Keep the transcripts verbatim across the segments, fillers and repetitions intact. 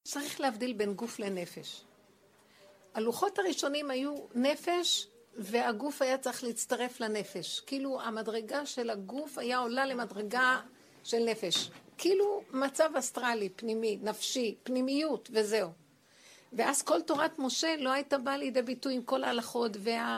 צריך להבדיל בין גוף לנפש. הלוחות הראשונים היו נפש, והגוף היה צריך להצטרף לנפש. כאילו המדרגה של הגוף היה עולה למדרגה של נפש. כאילו מצב אסטרלי, פנימי, נפשי, פנימיות וזהו. ואז כל תורת משה לא הייתה באה לידי ביטוי עם כל ההלכות וה...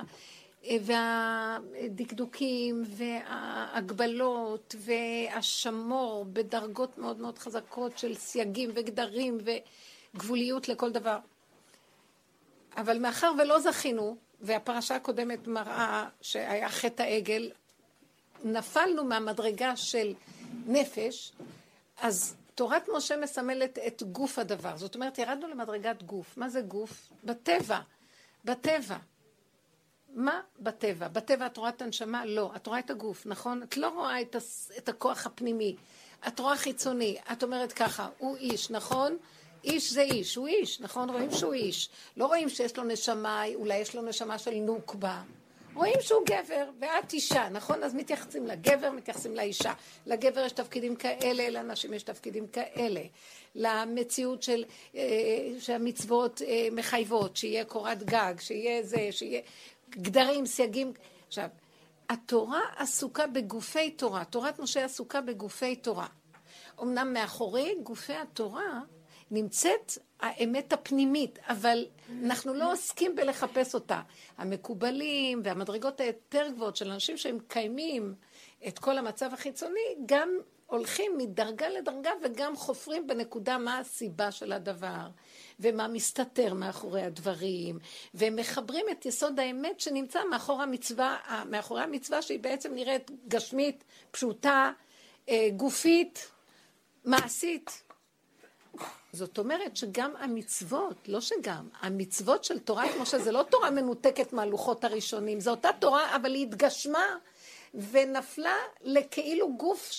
והדקדוקים וההגבלות והשמור בדרגות מאוד מאוד חזקות של סייגים וגדרים וגבוליות לכל דבר. אבל מאחר ולא זכינו, והפרשה הקודמת מראה שהיה חטא העגל, נפלנו מהמדרגה של נפש, אז תורת משה מסמלת את גוף הדבר. זאת אומרת, ירדנו למדרגת גוף. מה זה גוף? בטבע. בטבע. מה בטבע? בטבע את רואה את הנשמה? לא. את רואה את הגוף, נכון? את לא רואה את, את הכוח הפנימי. את רואה חיצוני. את אומרת ככה, הוא איש, נכון? איש זה איש, הוא איש, נכון? רואים שהוא איש. לא רואים שיש לו נשמה, אולי יש לו נשמה של נוקבה. רואים שהוא גבר, ואת אישה, נכון? אז מתייחסים לגבר, מתייחסים לאישה. לגבר יש תפקידים כאלה, לאנשים יש תפקידים כאלה. למציאות של, שהמצוות מחייבות, שיהיה קורת גג, שיהיה זה, שיהיה גדרים, סייגים. עכשיו, התורה עסוקה בגופי תורה. תורת משה עסוקה בגופי תורה. אמנם מאחורי גופי התורה נמצאת האמת הפנימית, אבל אנחנו לא עוסקים בלחפש אותה. המקובלים והמדרגות היותר גבוהות של אנשים שהם קיימים את כל המצב החיצוני, גם הולכים מדרגה לדרגה וגם חופרים בנקודה מה הסיבה של הדבר, ומה מסתתר מאחורי הדברים, ומחברים את יסוד האמת שנמצא מאחורי המצווה, מאחורי המצווה שהיא בעצם נראית גשמית, פשוטה, גופית, מעשית. זאת אומרת שגם המצוות, לא שגם, המצוות של תורת משה זה לא תורה מנותקת מהלוחות הראשונים, זו אותה תורה אבל היא התגשמה ונפלה לכאילו גוף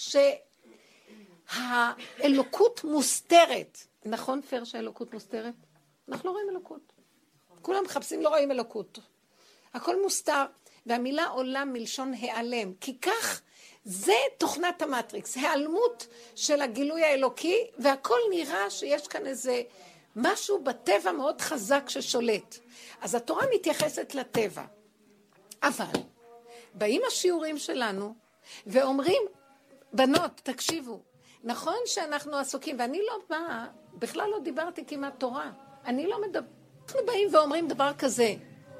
שהאלוקות מוסתרת. נכון פר שהאלוקות מוסתרת? אנחנו לא רואים אלוקות. כולם מחפשים לא רואים אלוקות. הכל מוסתר, והמילה עולה מלשון העלם, כי כך זה תוכנת המטריקס, העלמות של הגילוי האלוקי, והכל נראה שיש כאן איזה משהו בטבע מאוד חזק ששולט. אז התורה מתייחסת לטבע. אבל באים השיעורים שלנו ואומרים, בנות, תקשיבו, נכון שאנחנו עסוקים, ואני לא באה, בכלל לא דיברתי כמעט תורה, אני לא מדבר, אנחנו באים ואומרים דבר כזה,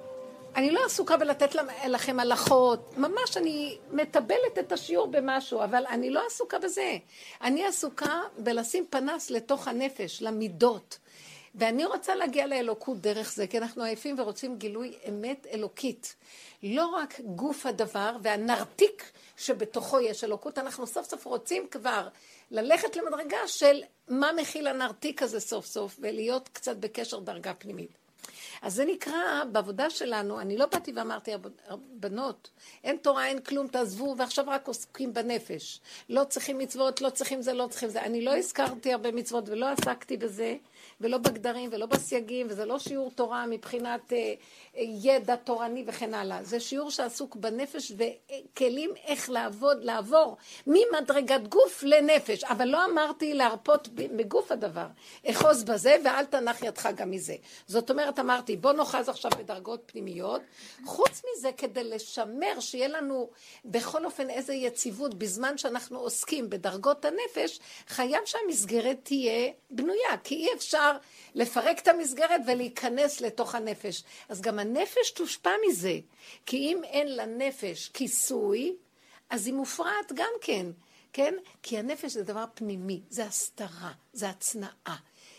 אני לא עסוקה בלתת לכם הלכות, ממש אני מטבלת את השיעור במשהו, אבל אני לא עסוקה בזה. אני עסוקה בלשים פנס לתוך הנפש, למידות. ואני רוצה להגיע לאלוקות דרך זה, כי אנחנו עייפים ורוצים גילוי אמת אלוקית. לא רק גוף הדבר והנרתיק שבתוכו יש אלוקות, אנחנו סוף סוף רוצים כבר ללכת למדרגה של מה מכיל הנרתיק הזה סוף סוף, ולהיות קצת בקשר דרגה פנימית. אז זה נקרא, בעבודה שלנו, אני לא באתי ואמרתי, בנות, אין תורה, אין כלום, תעזבו, ועכשיו רק עוסקים בנפש. לא צריכים מצוות, לא צריכים זה, לא צריכים זה. אני לא הזכרתי הרבה מצוות ולא עסקתי בזה, ולא בגדרים ולא בסייגים, וזה לא שיעור תורה מבחינת אה, ידע תורני וכן הלאה. זה שיעור שעסוק בנפש וכלים איך לעבוד, לעבור ממדרגת גוף לנפש. אבל לא אמרתי להרפות בגוף הדבר. אחוז בזה ואל תנח ידך גם מזה. זאת אומרת, אמרתי, בוא נוחז עכשיו בדרגות פנימיות. חוץ מזה, כדי לשמר שיהיה לנו בכל אופן איזו יציבות בזמן שאנחנו עוסקים בדרגות הנפש, חייב שהמסגרת תהיה בנויה, כי אי אפשר לפרק את המסגרת ולהיכנס לתוך הנפש. אז גם הנפש תושפע מזה, כי אם אין לנפש כיסוי, אז היא מופרעת גם כן, כן? כי הנפש זה דבר פנימי, זה הסתרה, זה הצנעה,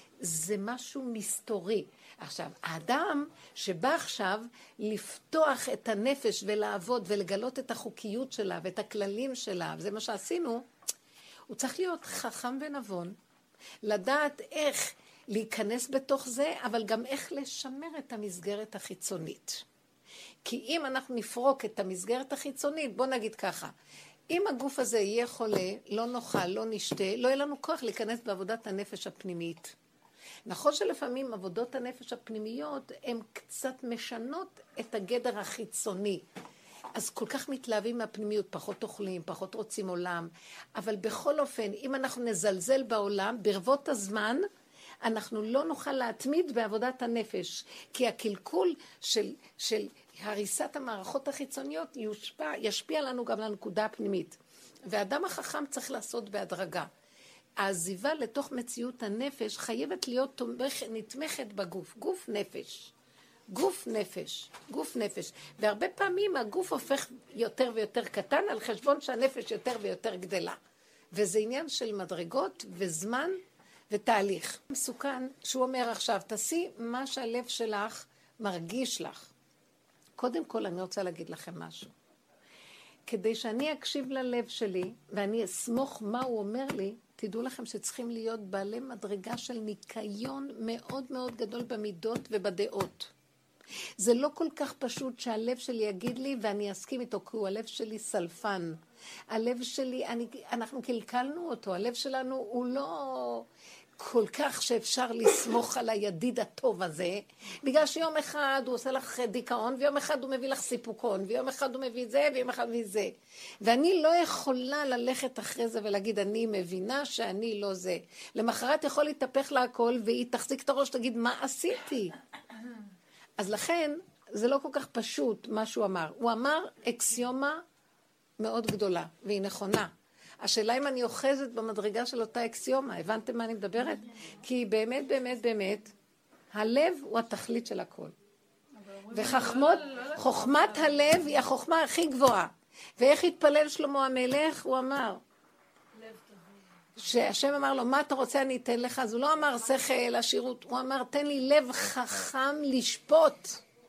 זה משהו מסתורי. עכשיו, האדם שבא עכשיו לפתוח את הנפש ולעבוד ולגלות את החוקיות שלה ואת הכללים שלה, וזה מה שעשינו, הוא צריך להיות חכם ונבון, לדעת איך להיכנס בתוך זה, אבל גם איך לשמר את המסגרת החיצונית. כי אם אנחנו נפרוק את המסגרת החיצונית, בוא נגיד ככה, אם הגוף הזה יהיה חולה, לא נאכל, לא נשתה, לא יהיה לנו כוח להיכנס בעבודת הנפש הפנימית. נכון שלפעמים עבודות הנפש הפנימיות הן קצת משנות את הגדר החיצוני. אז כל כך מתלהבים מהפנימיות, פחות אוכלים, פחות רוצים עולם. אבל בכל אופן, אם אנחנו נזלזל בעולם, ברבות הזמן, אנחנו לא נוכל להתמיד בעבודת הנפש, כי הקלקול של, של הריסת המערכות החיצוניות יושפע, ישפיע לנו גם לנקודה הפנימית. והאדם החכם צריך לעשות בהדרגה. העזיבה לתוך מציאות הנפש חייבת להיות תומך, נתמכת בגוף, גוף נפש. גוף נפש, גוף נפש. והרבה פעמים הגוף הופך יותר ויותר קטן על חשבון שהנפש יותר ויותר גדלה. וזה עניין של מדרגות וזמן ותהליך. מסוכן שהוא אומר עכשיו, תעשי מה שהלב שלך מרגיש לך. קודם כל אני רוצה להגיד לכם משהו. כדי שאני אקשיב ללב שלי ואני אסמוך מה הוא אומר לי, תדעו לכם שצריכים להיות בעלי מדרגה של ניקיון מאוד מאוד גדול במידות ובדעות. זה לא כל כך פשוט שהלב שלי יגיד לי ואני אסכים איתו, כי הוא הלב שלי סלפן. הלב שלי, אני, אנחנו קלקלנו אותו, הלב שלנו הוא לא כל כך שאפשר לסמוך על הידיד הטוב הזה, בגלל שיום אחד הוא עושה לך דיכאון, ויום אחד הוא מביא לך סיפוקון, ויום אחד הוא מביא זה, ויום אחד מביא זה. ואני לא יכולה ללכת אחרי זה ולהגיד, אני מבינה שאני לא זה. למחרת יכול להתהפך לה הכל, והיא תחזיק את הראש, תגיד, מה עשיתי? אז לכן, זה לא כל כך פשוט מה שהוא אמר. הוא אמר אקסיומה מאוד גדולה, והיא נכונה. השאלה אם אני אוחזת במדרגה של אותה אקסיומה, הבנתם מה אני מדברת? כי באמת, באמת, באמת, הלב הוא התכלית של הכל. וחכמות, חוכמת הלב היא החוכמה הכי גבוהה. ואיך התפלל שלמה המלך? הוא אמר, שהשם אמר לו, מה אתה רוצה אני אתן לך? אז הוא לא אמר שכל, עשירות, הוא אמר, תן לי לב חכם לשפוט.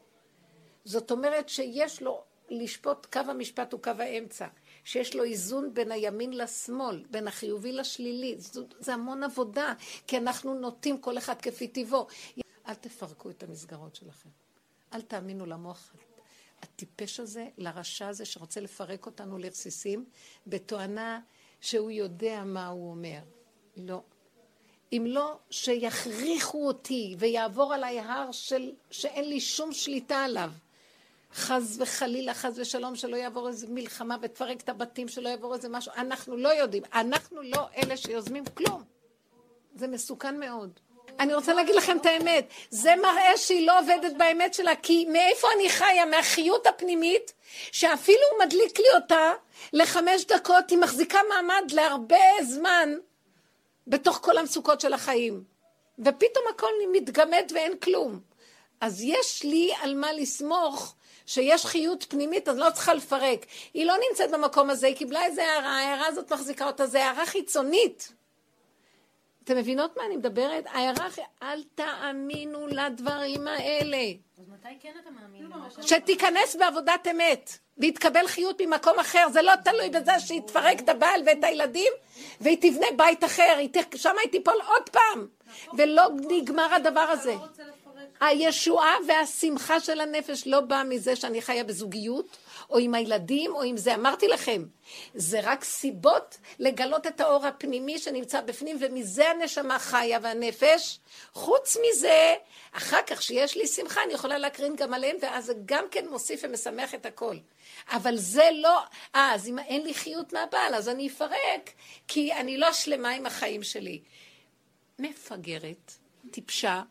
זאת אומרת שיש לו לשפוט, קו המשפט הוא קו האמצע. שיש לו איזון בין הימין לשמאל, בין החיובי לשלילי. זה, זה המון עבודה, כי אנחנו נוטים כל אחד כפי טבעו. אל תפרקו את המסגרות שלכם. אל תאמינו למוח הטיפש הזה, לרשע הזה שרוצה לפרק אותנו לרסיסים, בתואנה שהוא יודע מה הוא אומר. לא. אם לא, שיכריחו אותי ויעבור עליי הר של, שאין לי שום שליטה עליו. חז וחלילה, חז ושלום, שלא יעבור איזה מלחמה ותפרק את הבתים, שלא יעבור איזה משהו. אנחנו לא יודעים. אנחנו לא אלה שיוזמים כלום. זה מסוכן מאוד. אני רוצה להגיד לכם את האמת. זה מראה שהיא לא עובדת באמת שלה, כי מאיפה אני חיה? מהחיות הפנימית, שאפילו הוא מדליק לי אותה לחמש דקות, היא מחזיקה מעמד להרבה זמן, בתוך כל המצוקות של החיים. ופתאום הכל מתגמד ואין כלום. אז יש לי על מה לסמוך, שיש חיות פנימית, אז לא צריכה לפרק. היא לא נמצאת במקום הזה, היא קיבלה איזה הערה, הערה הזאת מחזיקה אותה, זה הערה חיצונית. אתם מבינות מה אני מדברת? הערה, אל תאמינו לדברים האלה. אז מתי כן אתה מאמין? שתיכנס בעבודת אמת, והתקבל חיות ממקום אחר, זה לא תלוי בזה שהיא תפרק את הבעל ואת הילדים, והיא תבנה בית אחר, שם היא תיפול עוד פעם, ולא נגמר הדבר הזה. הישועה והשמחה של הנפש לא באה מזה שאני חיה בזוגיות, או עם הילדים, או עם זה. אמרתי לכם, זה רק סיבות לגלות את האור הפנימי שנמצא בפנים, ומזה הנשמה חיה והנפש. חוץ מזה, אחר כך שיש לי שמחה, אני יכולה להקרין גם עליהם, ואז זה גם כן מוסיף ומשמח את הכל. אבל זה לא, אה, אז אם אין לי חיות מהבעל, אז אני אפרק, כי אני לא שלמה עם החיים שלי. מפגרת, טיפשה,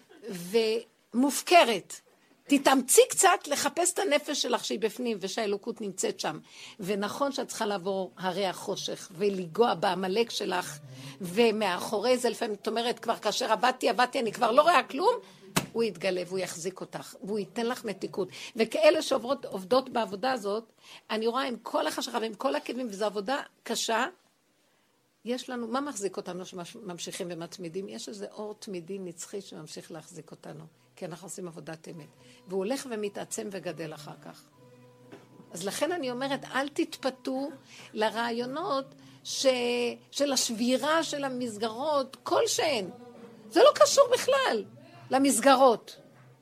ומופקרת. תתאמצי קצת לחפש את הנפש שלך שהיא בפנים ושהאלוקות נמצאת שם. ונכון שאת צריכה לעבור הרי החושך ולגוע בעמלק שלך, ומאחורי זה לפעמים את אומרת כבר כאשר עבדתי, עבדתי, אני כבר לא רואה כלום, הוא יתגלה והוא יחזיק אותך והוא ייתן לך מתיקות. וכאלה שעוברות עובדות בעבודה הזאת, אני רואה עם כל החשכה ועם כל הכאבים, וזו עבודה קשה, יש לנו, מה מחזיק אותנו שממשיכים ומתמידים? יש איזה אור תמידי נצחי שממשיך להחזיק אותנו, כי אנחנו עושים עבודת אמת. והוא הולך ומתעצם וגדל אחר כך. אז לכן אני אומרת, אל תתפתו לרעיונות ש... של השבירה של המסגרות, כלשהן. זה לא קשור בכלל למסגרות.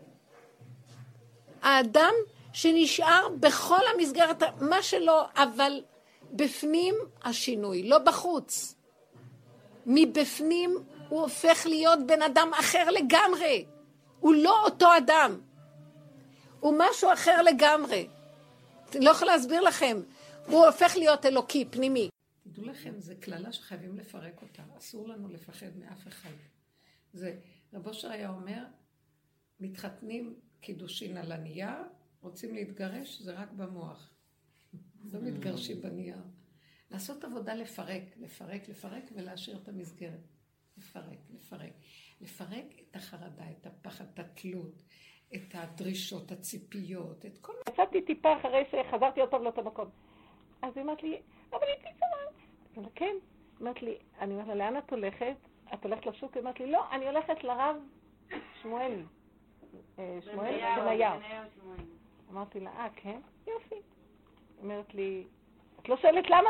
האדם שנשאר בכל המסגרת, מה שלא, אבל בפנים השינוי, לא בחוץ. מבפנים הוא הופך להיות בן אדם אחר לגמרי. הוא לא אותו אדם. הוא משהו אחר לגמרי. אני לא יכולה להסביר לכם. הוא הופך להיות אלוקי, פנימי. תדעו לכם, זה כללה שחייבים לפרק אותה. אסור לנו לפחד מאף אחד. זה, רב אושר היה אומר, מתחתנים קידושין על הנייר, רוצים להתגרש, זה רק במוח. לא מתגרשים בנייר. לעשות עבודה לפרק, לפרק, לפרק ולהשאיר את המסגרת. לפרק, לפרק. לפרק את החרדה, את הפחד, את התלות, את הדרישות, הציפיות, את כל... יצאתי טיפה אחרי שחזרתי עוד טוב לאותו מקום. אז היא אמרת לי, אבל הייתי צרה. אני אומרת, כן. אמרת לי, אני אומרת לה, לאן את הולכת? את הולכת לשוק? היא אמרת לי, לא, אני הולכת לרב שמואל. שמואל בנייר. אמרתי לה, אה, כן? יופי. היא אומרת לי, את לא שואלת למה?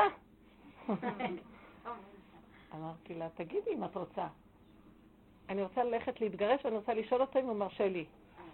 אמרתי לה, תגידי אם את רוצה. אני רוצה ללכת להתגרש ואני רוצה לשאול אותו אם הוא מרשה לי.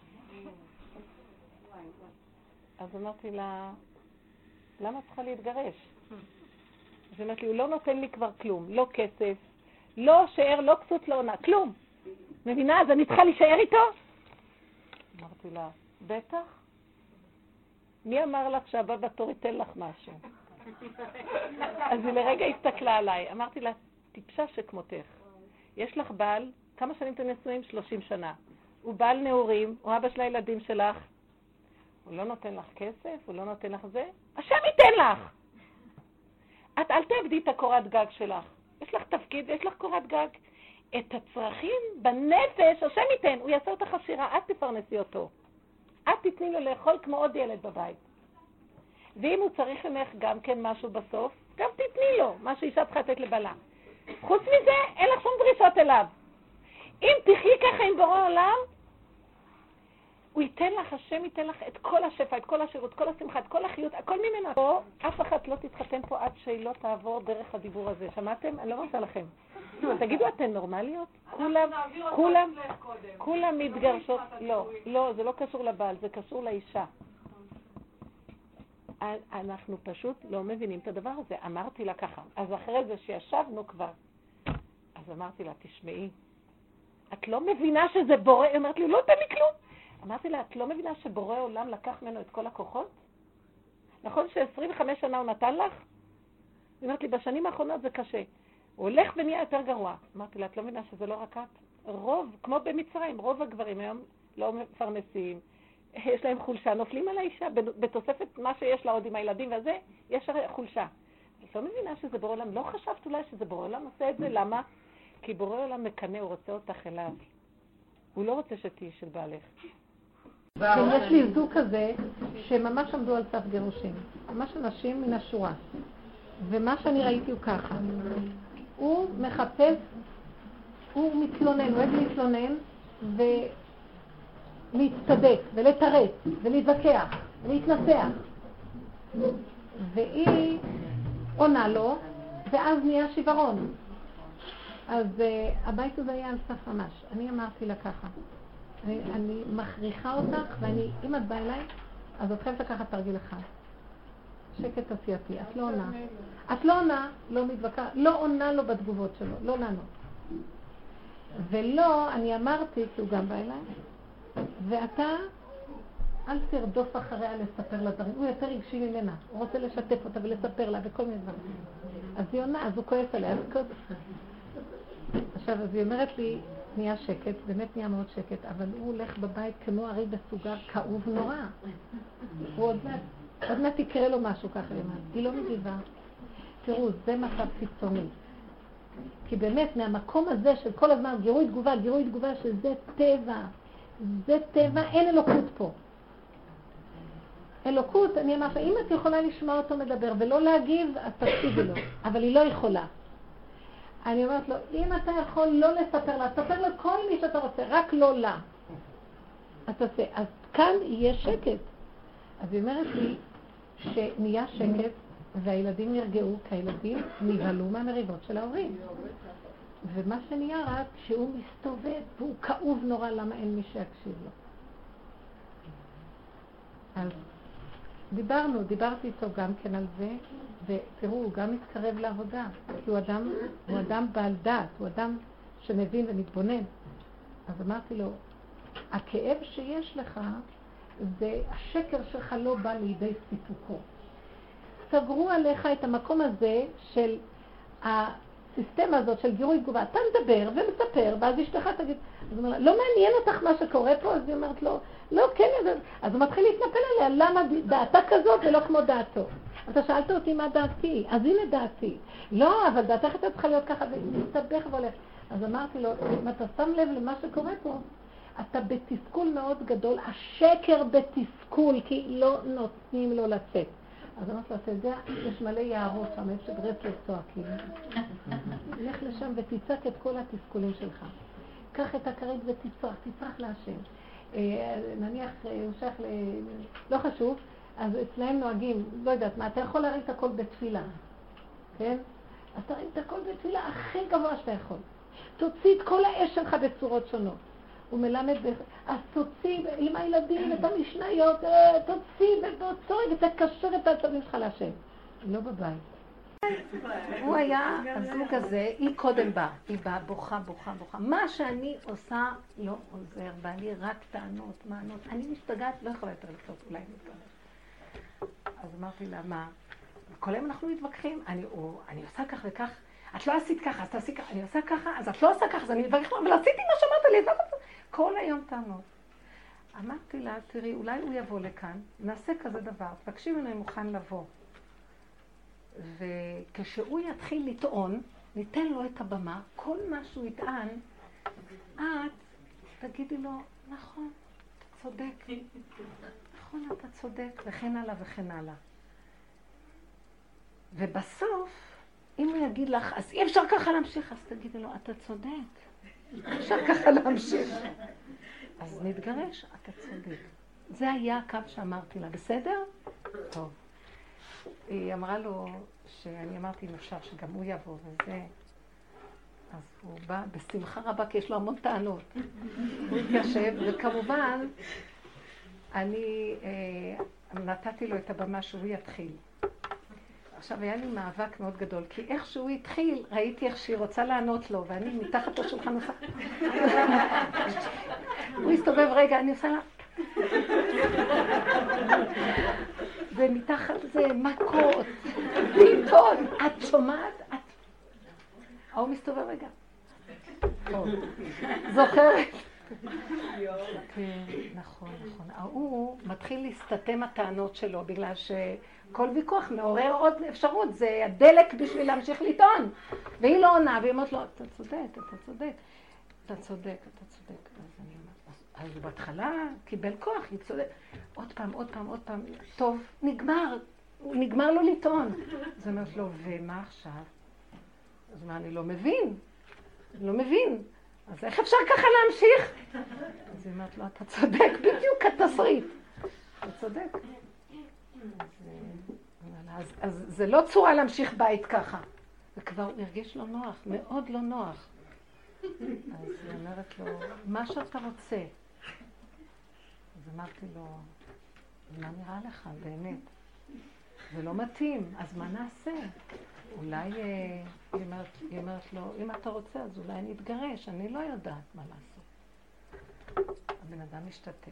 אז אמרתי לה, למה את צריכה להתגרש? אז אמרתי לי, הוא לא נותן לי כבר כלום, לא כסף, לא שער, לא קצות, לא עונה, כלום. מבינה? אז אני צריכה להישאר איתו? אמרתי לה, בטח. מי אמר לך שהבא בתור ייתן לך משהו? אז היא לרגע הסתכלה עליי. אמרתי לה, טיפשה שכמותך. יש לך בעל, כמה שנים אתם נשואים? שלושים שנה. הוא בעל נעורים, הוא אבא של הילדים שלך. הוא לא נותן לך כסף, הוא לא נותן לך זה. השם ייתן לך! את אל תאבדי את הקורת גג שלך. יש לך תפקיד, יש לך קורת גג. את הצרכים בנפש, השם ייתן, הוא יעשה אותך עשירה, את תפרנסי אותו. את תתני לו לאכול כמו עוד ילד בבית. ואם הוא צריך ממך גם כן משהו בסוף, גם תתני לו, מה שאישה צריכה לתת לבעלה. חוץ מזה, אין לך שום דרישות אליו. אם תחי ככה עם בורא עולם, הוא ייתן לך, השם ייתן לך את כל השפע, את כל השירות, כל השמחה, את כל החיות, הכל ממנה. פה, אף אחד לא תתחתן פה עד שהיא לא תעבור דרך הדיבור הזה. שמעתם? אני לא רוצה לכם. תגידו, אתן נורמליות? כולם, כולם, כולם מתגרשות. לא, לא, זה לא קשור לבעל, זה קשור לאישה. אנחנו פשוט לא מבינים את הדבר הזה. אמרתי לה ככה. אז אחרי זה שישבנו כבר, אז אמרתי לה, תשמעי, את לא מבינה שזה בורא? היא אמרת לי, לא תן לי כלום. אמרתי לה, את לא מבינה שבורא עולם לקח ממנו את כל הכוחות? נכון ש-עשרים וחמש שנה הוא נתן לך? היא אמרת לי, בשנים האחרונות זה קשה. הוא הולך ונהיה יותר גרוע. אמרתי לה, את לא מבינה שזה לא רק את? רוב, כמו במצרים, רוב הגברים היום לא מפרנסים, יש להם חולשה, נופלים על האישה, בתוספת מה שיש לה עוד עם הילדים וזה, יש חולשה. את לא מבינה שזה בורא עולם, לא חשבת אולי שזה בורא עולם עושה את זה, למה? כי בורא עולם מקנה, הוא רוצה אותך אליו. הוא לא רוצה שתהי של בעלך. יש לי זוג כזה שממש עמדו על סף גירושים, ממש אנשים מן השורה. ומה שאני ראיתי הוא ככה, הוא מחפש, הוא מתלונן, הוא אוהב להתלונן ולהצטדק ולתרץ ולהתווכח ולהתנסח. והיא עונה לו ואז נהיה שברון. אז uh, הבית הזה היה על סף ממש. אני אמרתי לה ככה, אני, אני מכריחה אותך, ואני, אם את באה אליי, אז את חייבת לקחת תרגיל אחד. שקט עשייתי, את לא עונה. את לא עונה, לא מתווכחת, לא עונה לו בתגובות שלו, לא לענות. ולא, אני אמרתי, כי הוא גם בא אליי, ואתה, אל תרדוף אחריה לספר לה דברים, הוא יותר רגשי ממנה, הוא רוצה לשתף אותה ולספר לה וכל מיני דברים. אז היא עונה, אז הוא כועס עליה, אז כועס. עכשיו, אז היא אומרת לי, נהיה שקט, באמת נהיה מאוד שקט, אבל הוא הולך בבית כמו הרי בסוגר, כאוב נורא. הוא עוד מעט, עוד מעט יקרה לו משהו ככה למעט. היא לא מגיבה. תראו, זה מצב חיצוני. כי באמת, מהמקום הזה של כל הזמן, גירוי תגובה, גירוי תגובה, שזה טבע. זה טבע, אין אלוקות פה. אלוקות, אני אמרת, אם את יכולה לשמוע אותו מדבר ולא להגיב, אז תקשיבי לו. אבל היא לא יכולה. אני אומרת לו, אם אתה יכול לא לספר לה, תספר לכל מי שאתה רוצה, רק לא לה. אז תעשה, אז כאן יהיה שקט. אז היא אומרת לי שנהיה שקט והילדים נרגעו, כי הילדים נבהלו מהמריבות של ההורים. ומה שנהיה רק שהוא מסתובב והוא כאוב נורא, למה אין מי שיקשיב לו. אז דיברנו, דיברתי איתו גם כן על זה, ותראו, הוא גם מתקרב לעבודה, כי הוא אדם, הוא אדם בעל דעת, הוא אדם שמבין ומתבונן. אז אמרתי לו, הכאב שיש לך, זה השקר שלך לא בא לידי סיפוקו. סגרו עליך את המקום הזה של הסיסטמה הזאת של גירוי תגובה, אתה מדבר ומספר, ואז אשתך תגיד, אז הוא אומר, לא מעניין אותך מה שקורה פה? אז היא אומרת לו, לא, כן, אז הוא מתחיל להתנפל עליה, למה דעתה כזאת ולא כמו דעתו? אתה שאלת אותי מה דעתי, אז הנה דעתי. לא, אבל דעתך אתה צריכה להיות ככה, ומסתבך והולך. אז אמרתי לו, אם אתה שם לב למה שקורה פה, אתה בתסכול מאוד גדול, השקר בתסכול, כי לא נותנים לו לצאת. אז אמרתי לו, אתה יודע, יש מלא יערות שם, יש ברסלב צועקים. לך לשם ותצעק את כל התסכולים שלך. קח את הכרית ותצרח, תצרח להשם. נניח, הוא שייך ל... לא חשוב, אז אצלהם נוהגים, לא יודעת מה, אתה יכול להרים את הכל בתפילה, כן? אז תרים את הכל בתפילה הכי גבוה שאתה יכול. תוציא את כל האש שלך בצורות שונות. הוא מלמד, אז תוציא עם הילדים את המשניות, תוציא ובוצוי ותקשר את העצבים שלך להשם. לא בבית. הוא היה, הזוג הזה, היא קודם באה, היא באה בוכה, בוכה, בוכה. מה שאני עושה לא עוזר, בא לי רק טענות, מענות. אני משתגעת, לא יכולה יותר לעשות, אולי מתגלת. אז אמרתי לה, מה? כל היום אנחנו מתווכחים, אני, או, אני עושה כך וכך, את לא עשית ככה, אז תעשי ככה, אני עושה ככה, אז את לא עושה ככה, אז אני מתווכח, אבל עשיתי מה שאמרת לי, כל היום טענות. אמרתי לה, תראי, אולי הוא יבוא לכאן, נעשה כזה דבר, תבקשי ממנו אם מוכן לבוא. וכשהוא יתחיל לטעון, ניתן לו את הבמה, כל מה שהוא יטען, את תגידי לו, נכון, אתה צודק, נכון, אתה צודק, וכן הלאה וכן הלאה. ובסוף, אם הוא יגיד לך, אז אי אפשר ככה להמשיך, אז תגידי לו, אתה צודק, אפשר ככה להמשיך. אז נתגרש, אתה צודק. זה היה הקו שאמרתי לה, בסדר? טוב. היא אמרה לו שאני אמרתי אם אפשר שגם הוא יבוא וזה, אז הוא בא בשמחה רבה כי יש לו המון טענות. הוא התיישב וכמובן אני אה, נתתי לו את הבמה שהוא יתחיל. עכשיו היה לי מאבק מאוד גדול כי איך שהוא התחיל ראיתי איך שהיא רוצה לענות לו ואני מתחת לשולחן עושה. הוא הסתובב רגע, אני עושה לה ומתחת זה מכות, פתאום, את שומעת? את... ההוא מסתובב רגע. טוב, זוכרת? כן, נכון, נכון. ההוא מתחיל להסתתם הטענות שלו, בגלל שכל ויכוח מעורר עוד אפשרות, זה הדלק בשביל להמשיך לטעון. והיא לא עונה, והיא אומרת לו, אתה צודק, אתה צודק, אתה צודק, אתה צודק. אז אני אומרת, אז הוא בהתחלה קיבל כוח, היא צודק. עוד פעם, עוד פעם, עוד פעם, טוב, נגמר, נגמר לו לטעון. אז אני אומרת לו, ומה עכשיו? אז מה, אני לא מבין, אני לא מבין. אז איך אפשר ככה להמשיך? אז היא אומרת לו, אתה צודק, בדיוק התסריט. אתה צודק. אז, אז, אז זה לא צורה להמשיך בית ככה. וכבר הוא הרגיש לו נוח, מאוד לא נוח. אז היא אומרת לו, מה שאתה רוצה. אז אמרתי לו, מה נראה לך, באמת? זה לא מתאים, אז מה נעשה? אולי, היא אומרת, היא אומרת לו, אם אתה רוצה, אז אולי נתגרש, אני לא יודעת מה לעשות. הבן אדם משתתק.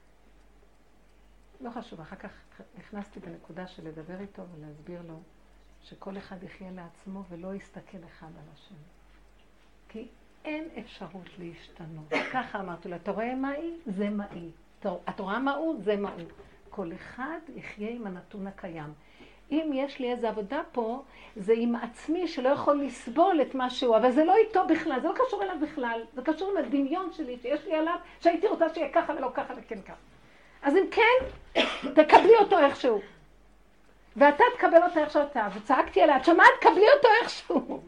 לא חשוב, אחר כך נכנסתי בנקודה של לדבר איתו ולהסביר לו שכל אחד יחיה לעצמו ולא יסתכל אחד על השני. כי אין אפשרות להשתנות. ככה אמרתי לו, אתה רואה מה היא? זה מה היא. אתה רואה מה הוא? זה מה הוא. כל אחד יחיה עם הנתון הקיים. אם יש לי איזו עבודה פה, זה עם עצמי שלא יכול לסבול את מה שהוא, אבל זה לא איתו בכלל, זה לא קשור אליו בכלל, זה קשור עם הדמיון שלי שיש לי עליו, שהייתי רוצה שיהיה ככה ולא ככה וכן ככה. אז אם כן, תקבלי אותו איכשהו. ואתה תקבל אותו איך שאתה, וצעקתי עליה, את שומעת? תקבלי אותו איכשהו.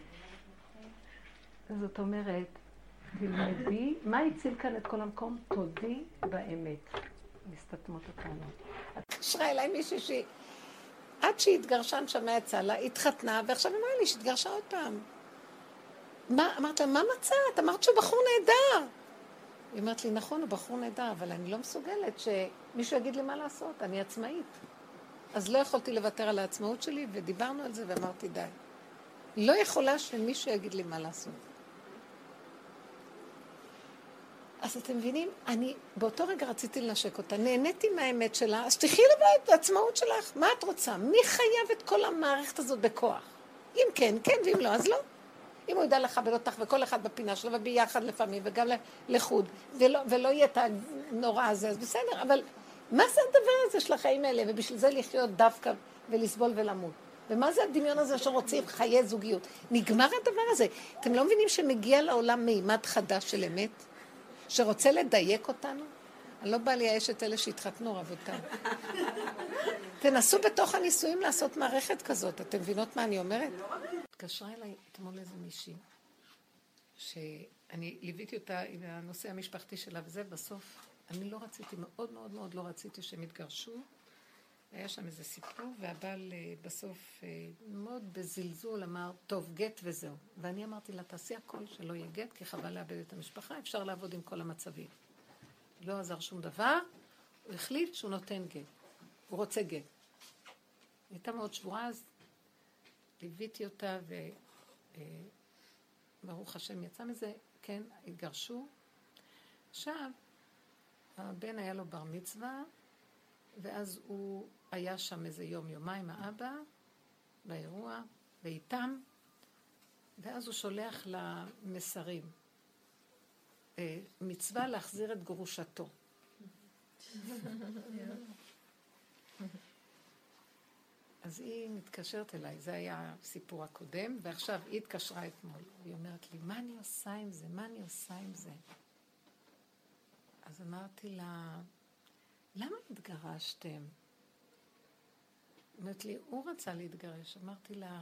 זאת אומרת, תלמדי, מה הציל כאן את כל המקום? תודי באמת. מסתתמות אותנו. קשרה אליי מישהי שהיא, עד שהיא התגרשה, נשמה יצאה לה, התחתנה, ועכשיו אמרה לי שהתגרשה עוד פעם. מה, אמרת לה, מה מצאת? אמרת שהוא בחור נהדר. היא אמרת לי, נכון, הוא בחור נהדר, אבל אני לא מסוגלת שמישהו יגיד לי מה לעשות, אני עצמאית. אז לא יכולתי לוותר על העצמאות שלי, ודיברנו על זה ואמרתי, די. לא יכולה שמישהו יגיד לי מה לעשות. אז אתם מבינים, אני באותו רגע רציתי לנשק אותה, נהניתי מהאמת שלה, אז תחי לבית בעצמאות שלך, מה את רוצה? מי חייב את כל המערכת הזאת בכוח? אם כן, כן, ואם לא, אז לא. אם הוא ידע לכבד אותך וכל אחד בפינה שלו וביחד לפעמים וגם לחוד, ולא, ולא יהיה את הנורא הזה, אז בסדר, אבל מה זה הדבר הזה של החיים האלה? ובשביל זה לחיות דווקא ולסבול ולמות. ומה זה הדמיון הזה שרוצים חיי זוגיות? נגמר הדבר הזה. אתם לא מבינים שמגיע לעולם מימד חדש של אמת? שרוצה לדייק אותנו? אני לא באה לייאש את אלה שהתחתנו, רבותיי. תנסו בתוך הנישואים לעשות מערכת כזאת. אתם מבינות מה אני אומרת? התקשרה אליי אתמול איזה מישהי, שאני ליוויתי אותה עם הנושא המשפחתי שלה, וזה בסוף, אני לא רציתי, מאוד מאוד מאוד לא רציתי שהם יתגרשו. היה שם איזה סיפור, והבעל בסוף מאוד בזלזול אמר, טוב, גט וזהו. ואני אמרתי לה, תעשי הכל שלא יהיה גט, כי חבל לאבד את המשפחה, אפשר לעבוד עם כל המצבים. לא עזר שום דבר, הוא החליט שהוא נותן גט. הוא רוצה גט. הייתה מאוד שבורה, אז ליוויתי אותה, וברוך השם יצא מזה, כן, התגרשו. עכשיו, הבן היה לו בר מצווה, ואז הוא היה שם איזה יום, יומיים, האבא, באירוע, ואיתם, ואז הוא שולח למסרים. מצווה להחזיר את גרושתו. אז היא מתקשרת אליי, זה היה הסיפור הקודם, ועכשיו היא התקשרה אתמול. היא אומרת לי, מה אני עושה עם זה? מה אני עושה עם זה? אז אמרתי לה, למה התגרשתם? היא אומרת לי, הוא רצה להתגרש. אמרתי לה,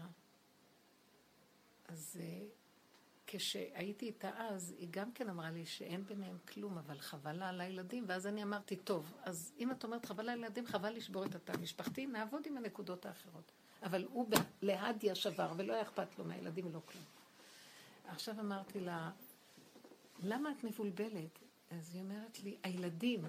אז כשהייתי איתה אז, היא גם כן אמרה לי שאין ביניהם כלום, אבל חבלה על הילדים, ואז אני אמרתי, טוב, אז אם את אומרת חבלה על הילדים, חבל לשבור את התא המשפחתי, נעבוד עם הנקודות האחרות. אבל הוא להדיה שבר, ולא היה אכפת לו מהילדים ולא כלום. עכשיו אמרתי לה, למה את מבולבלת? אז היא אומרת לי, הילדים.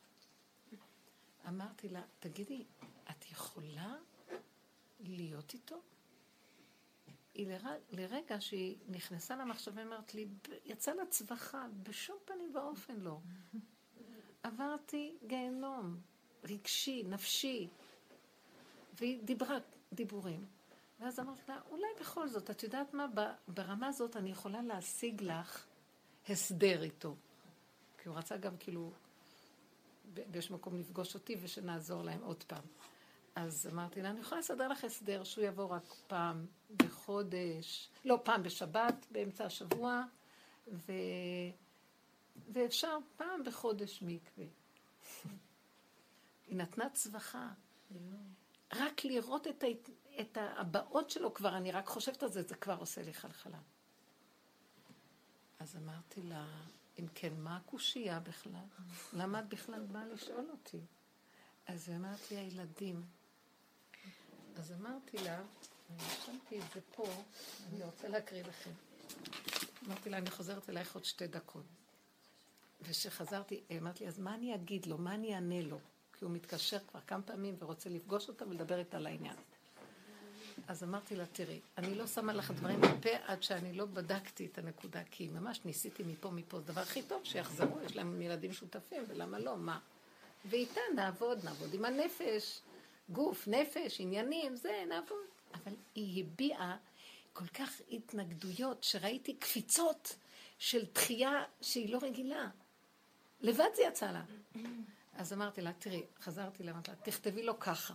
אמרתי לה, תגידי, את יכולה להיות איתו? היא לרגע, לרגע שהיא נכנסה למחשבה, אמרת לי, יצא לה צווחה, בשום פנים ואופן לא. עברתי גיהנום, רגשי, נפשי, והיא דיברה דיבורים. ואז אמרתי לה, אולי בכל זאת, את יודעת מה, ברמה הזאת אני יכולה להשיג לך הסדר איתו. כי הוא רצה גם כאילו, באיש מקום לפגוש אותי ושנעזור להם עוד פעם. אז אמרתי לה, אני יכולה לסדר לך הסדר שהוא יבוא רק פעם בחודש, לא, פעם בשבת, באמצע השבוע, ו... ואפשר פעם בחודש מקווה. היא נתנה צווחה. רק לראות את, ה... את הבאות שלו כבר, אני רק חושבת על זה, זה כבר עושה לי חלחלה. אז אמרתי לה, אם כן, מה הקושייה בכלל? למה את בכלל באה לשאול אותי? אז אמרת לי, הילדים. אז אמרתי לה, אני שמתי את זה פה, אני רוצה להקריא לכם. אמרתי לה, אני חוזרת אלייך עוד שתי דקות. ושחזרתי, אמרתי לי, אז מה אני אגיד לו? מה אני אענה לו? כי הוא מתקשר כבר כמה פעמים ורוצה לפגוש אותה ולדבר איתה על העניין. אז אמרתי לה, תראי, אני לא שמה לך דברים בפה עד שאני לא בדקתי את הנקודה, כי ממש ניסיתי מפה מפה, זה דבר הכי טוב שיחזרו, יש להם ילדים שותפים, ולמה לא, מה? ואיתה נעבוד, נעבוד עם הנפש, גוף, נפש, עניינים, זה, נעבוד. אבל היא הביעה כל כך התנגדויות, שראיתי קפיצות של דחייה שהיא לא רגילה. לבד זה יצא לה. אז אמרתי לה, תראי, חזרתי לה, אמרתי לה, תכתבי לו ככה.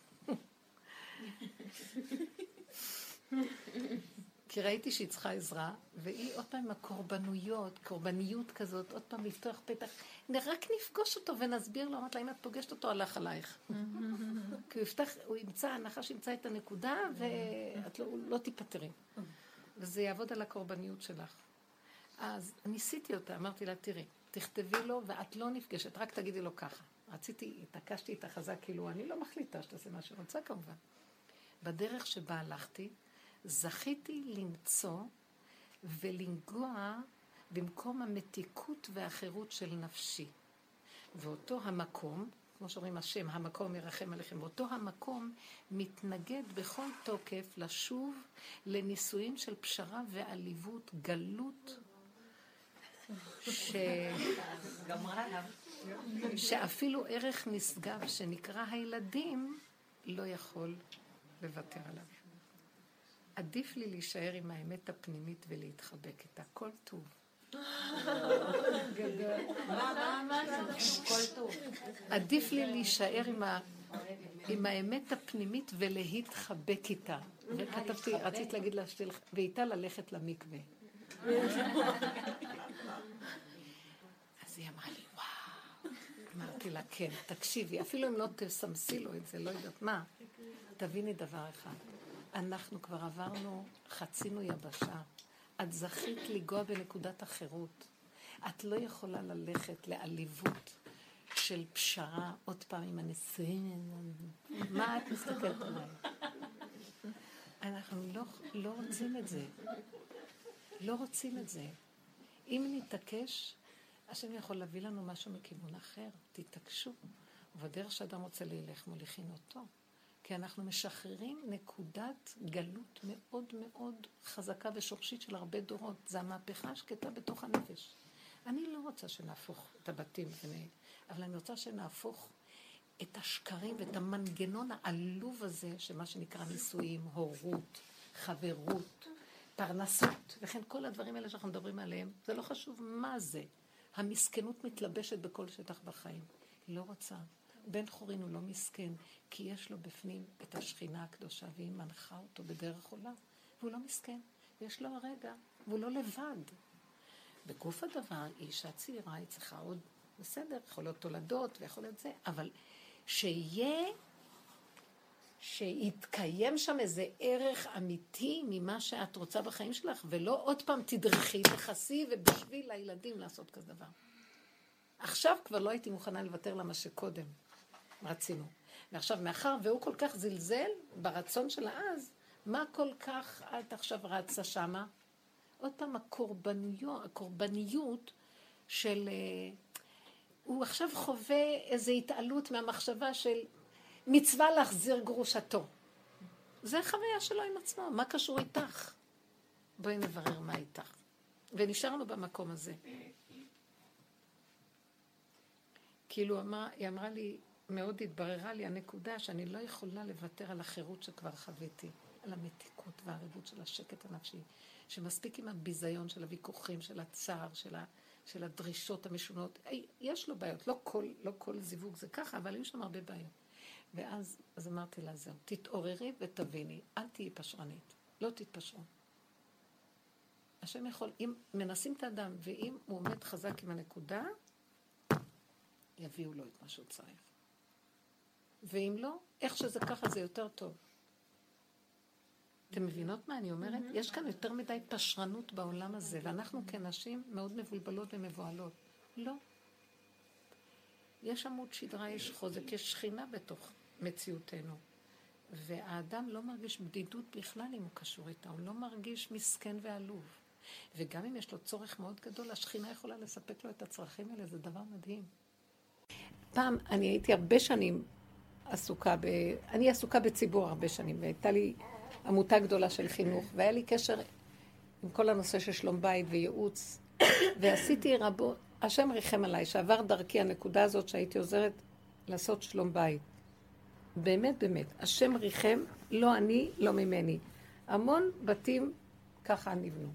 כי ראיתי שהיא צריכה עזרה, והיא עוד פעם עם הקורבנויות, קורבניות כזאת, עוד פעם לפתוח פתח, רק נפגוש אותו ונסביר לו, אמרת לה, אם את פוגשת אותו, הלך עלייך. כי הוא יפתח, הוא ימצא, הנחש ימצא את הנקודה, ואת לא, לא תיפטרי. וזה יעבוד על הקורבניות שלך. אז ניסיתי אותה, אמרתי לה, תראי, תכתבי לו, ואת לא נפגשת, רק תגידי לו ככה. רציתי, התעקשתי את החזק, כאילו, אני לא מחליטה שתעשה מה שרוצה כמובן. בדרך שבה הלכתי, זכיתי למצוא ולנגוע במקום המתיקות והחירות של נפשי. ואותו המקום, כמו שאומרים השם, המקום ירחם עליכם, ואותו המקום מתנגד בכל תוקף לשוב לניסויים של פשרה ועליבות, גלות, ש... שאפילו ערך נשגב שנקרא הילדים לא יכול לוותר עליו. עדיף לי להישאר עם האמת הפנימית ולהתחבק איתה. כל טוב. עדיף לי להישאר עם האמת הפנימית ולהתחבק איתה. וכתבתי, רצית להגיד לה, ואיתה ללכת למקווה. אז היא אמרה לי, וואו. אמרתי לה, כן, תקשיבי, אפילו אם לא תסמסי לו את זה, לא יודעת מה. תביני דבר אחד. אנחנו כבר עברנו, חצינו יבשה. את זכית לגוע בנקודת החירות. את לא יכולה ללכת לעליבות של פשרה, עוד פעם עם הנישואים. מה את מסתכלת עליי? אנחנו לא, לא רוצים את זה. לא רוצים את זה. אם נתעקש, השם יכול להביא לנו משהו מכיוון אחר. תתעקשו. ובדרך שאדם רוצה להילך, מוליכים אותו. כי אנחנו משחררים נקודת גלות מאוד מאוד חזקה ושורשית של הרבה דורות. זה המהפכה השקטה בתוך הנפש. אני לא רוצה שנהפוך את הבתים, אבל אני רוצה שנהפוך את השקרים ואת המנגנון העלוב הזה, שמה שנקרא נישואים, הורות, חברות, פרנסות, וכן כל הדברים האלה שאנחנו מדברים עליהם, זה לא חשוב מה זה. המסכנות מתלבשת בכל שטח בחיים. היא לא רוצה. בן חורין הוא לא מסכן, כי יש לו בפנים את השכינה הקדושה, והיא מנחה אותו בדרך עולה, והוא לא מסכן, ויש לו הרגע, והוא לא לבד. בגוף הדבר, אישה צעירה, היא צריכה עוד, בסדר, יכול להיות תולדות, ויכול להיות זה, אבל שיהיה, שיתקיים שם איזה ערך אמיתי ממה שאת רוצה בחיים שלך, ולא עוד פעם תדרכי, תחסי, ובשביל הילדים לעשות כזה דבר. עכשיו כבר לא הייתי מוכנה לוותר למה שקודם רצינו. ועכשיו, מאחר והוא כל כך זלזל ברצון של אז, מה כל כך את עכשיו רצה שמה? עוד פעם, הקורבניות, הקורבניות של... הוא עכשיו חווה איזו התעלות מהמחשבה של מצווה להחזיר גרושתו. זה החוויה שלו עם עצמו. מה קשור איתך? בואי נברר מה איתך. ונשארנו במקום הזה. כאילו אמרה, היא אמרה לי, מאוד התבררה לי הנקודה שאני לא יכולה לוותר על החירות שכבר חוויתי, על המתיקות והערבות של השקט הנפשי, שמספיק עם הביזיון של הוויכוחים, של הצער, של, ה, של הדרישות המשונות. יש לו בעיות, לא כל, לא כל זיווג זה ככה, אבל היו שם הרבה בעיות. ואז אז אמרתי לה, זהו, תתעוררי ותביני, אל תהיי פשרנית, לא תתפשרו. השם יכול, אם מנסים את האדם, ואם הוא עומד חזק עם הנקודה, יביאו לו את מה שהוא צריך. ואם לא, איך שזה ככה זה יותר טוב. אתם מבינות מה אני אומרת? יש כאן יותר מדי פשרנות בעולם הזה, ואנחנו כנשים מאוד מבולבלות ומבועלות. לא. יש עמוד שדרה, יש חוזק, יש שכינה בתוך מציאותנו. והאדם לא מרגיש בדידות בכלל אם הוא קשור איתה, הוא לא מרגיש מסכן ועלוב. וגם אם יש לו צורך מאוד גדול, השכינה יכולה לספק לו את הצרכים האלה, זה דבר מדהים. פעם אני הייתי הרבה שנים עסוקה, ב... אני עסוקה בציבור הרבה שנים, והייתה לי עמותה גדולה של חינוך, והיה לי קשר עם כל הנושא של שלום בית וייעוץ, ועשיתי רבות, השם ריחם עליי, שעבר דרכי הנקודה הזאת שהייתי עוזרת לעשות שלום בית. באמת, באמת, השם ריחם, לא אני, לא ממני. המון בתים ככה נבנו.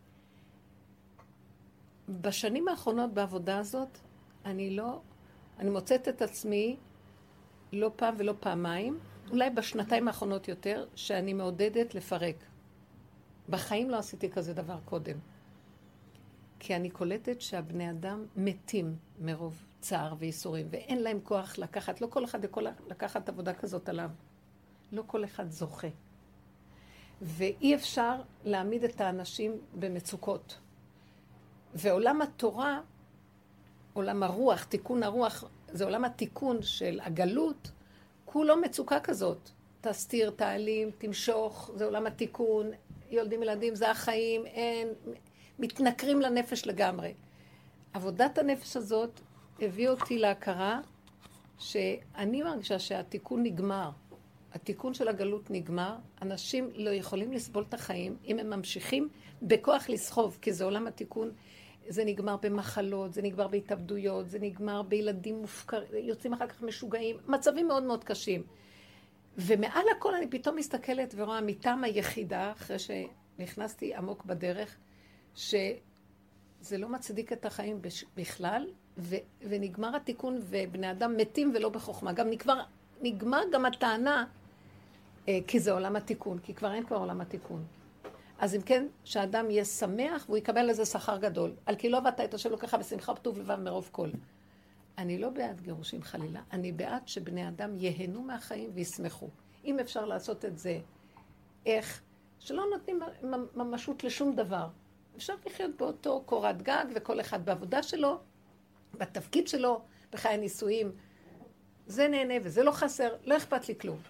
בשנים האחרונות בעבודה הזאת, אני לא, אני מוצאת את עצמי לא פעם ולא פעמיים, אולי בשנתיים האחרונות יותר, שאני מעודדת לפרק. בחיים לא עשיתי כזה דבר קודם. כי אני קולטת שהבני אדם מתים מרוב צער וייסורים, ואין להם כוח לקחת, לא כל אחד יכול לקחת עבודה כזאת עליו. לא כל אחד זוכה. ואי אפשר להעמיד את האנשים במצוקות. ועולם התורה, עולם הרוח, תיקון הרוח, זה עולם התיקון של הגלות, כולו מצוקה כזאת. תסתיר, תעלים, תמשוך, זה עולם התיקון, יולדים ילדים, זה החיים, אין, מתנקרים לנפש לגמרי. עבודת הנפש הזאת הביא אותי להכרה שאני מרגישה שהתיקון נגמר. התיקון של הגלות נגמר, אנשים לא יכולים לסבול את החיים אם הם ממשיכים בכוח לסחוב, כי זה עולם התיקון, זה נגמר במחלות, זה נגמר בהתאבדויות, זה נגמר בילדים מופקרים, יוצאים אחר כך משוגעים, מצבים מאוד מאוד קשים. ומעל הכל אני פתאום מסתכלת ורואה מטעם היחידה, אחרי שנכנסתי עמוק בדרך, שזה לא מצדיק את החיים בכלל, ו- ונגמר התיקון ובני אדם מתים ולא בחוכמה. גם נגמר, נגמר גם הטענה, אה, כי זה עולם התיקון, כי כבר אין כבר עולם התיקון. אז אם כן, שהאדם יהיה שמח והוא יקבל איזה שכר גדול. על כי לא עבדת את השם לוקחה בשמחה וטוב לבב מרוב כל. אני לא בעד גירושים חלילה, אני בעד שבני אדם יהנו מהחיים וישמחו. אם אפשר לעשות את זה, איך? שלא נותנים ממשות לשום דבר. אפשר לחיות באותו קורת גג וכל אחד בעבודה שלו, בתפקיד שלו, בחיי נישואים. זה נהנה וזה לא חסר, לא אכפת לי כלום.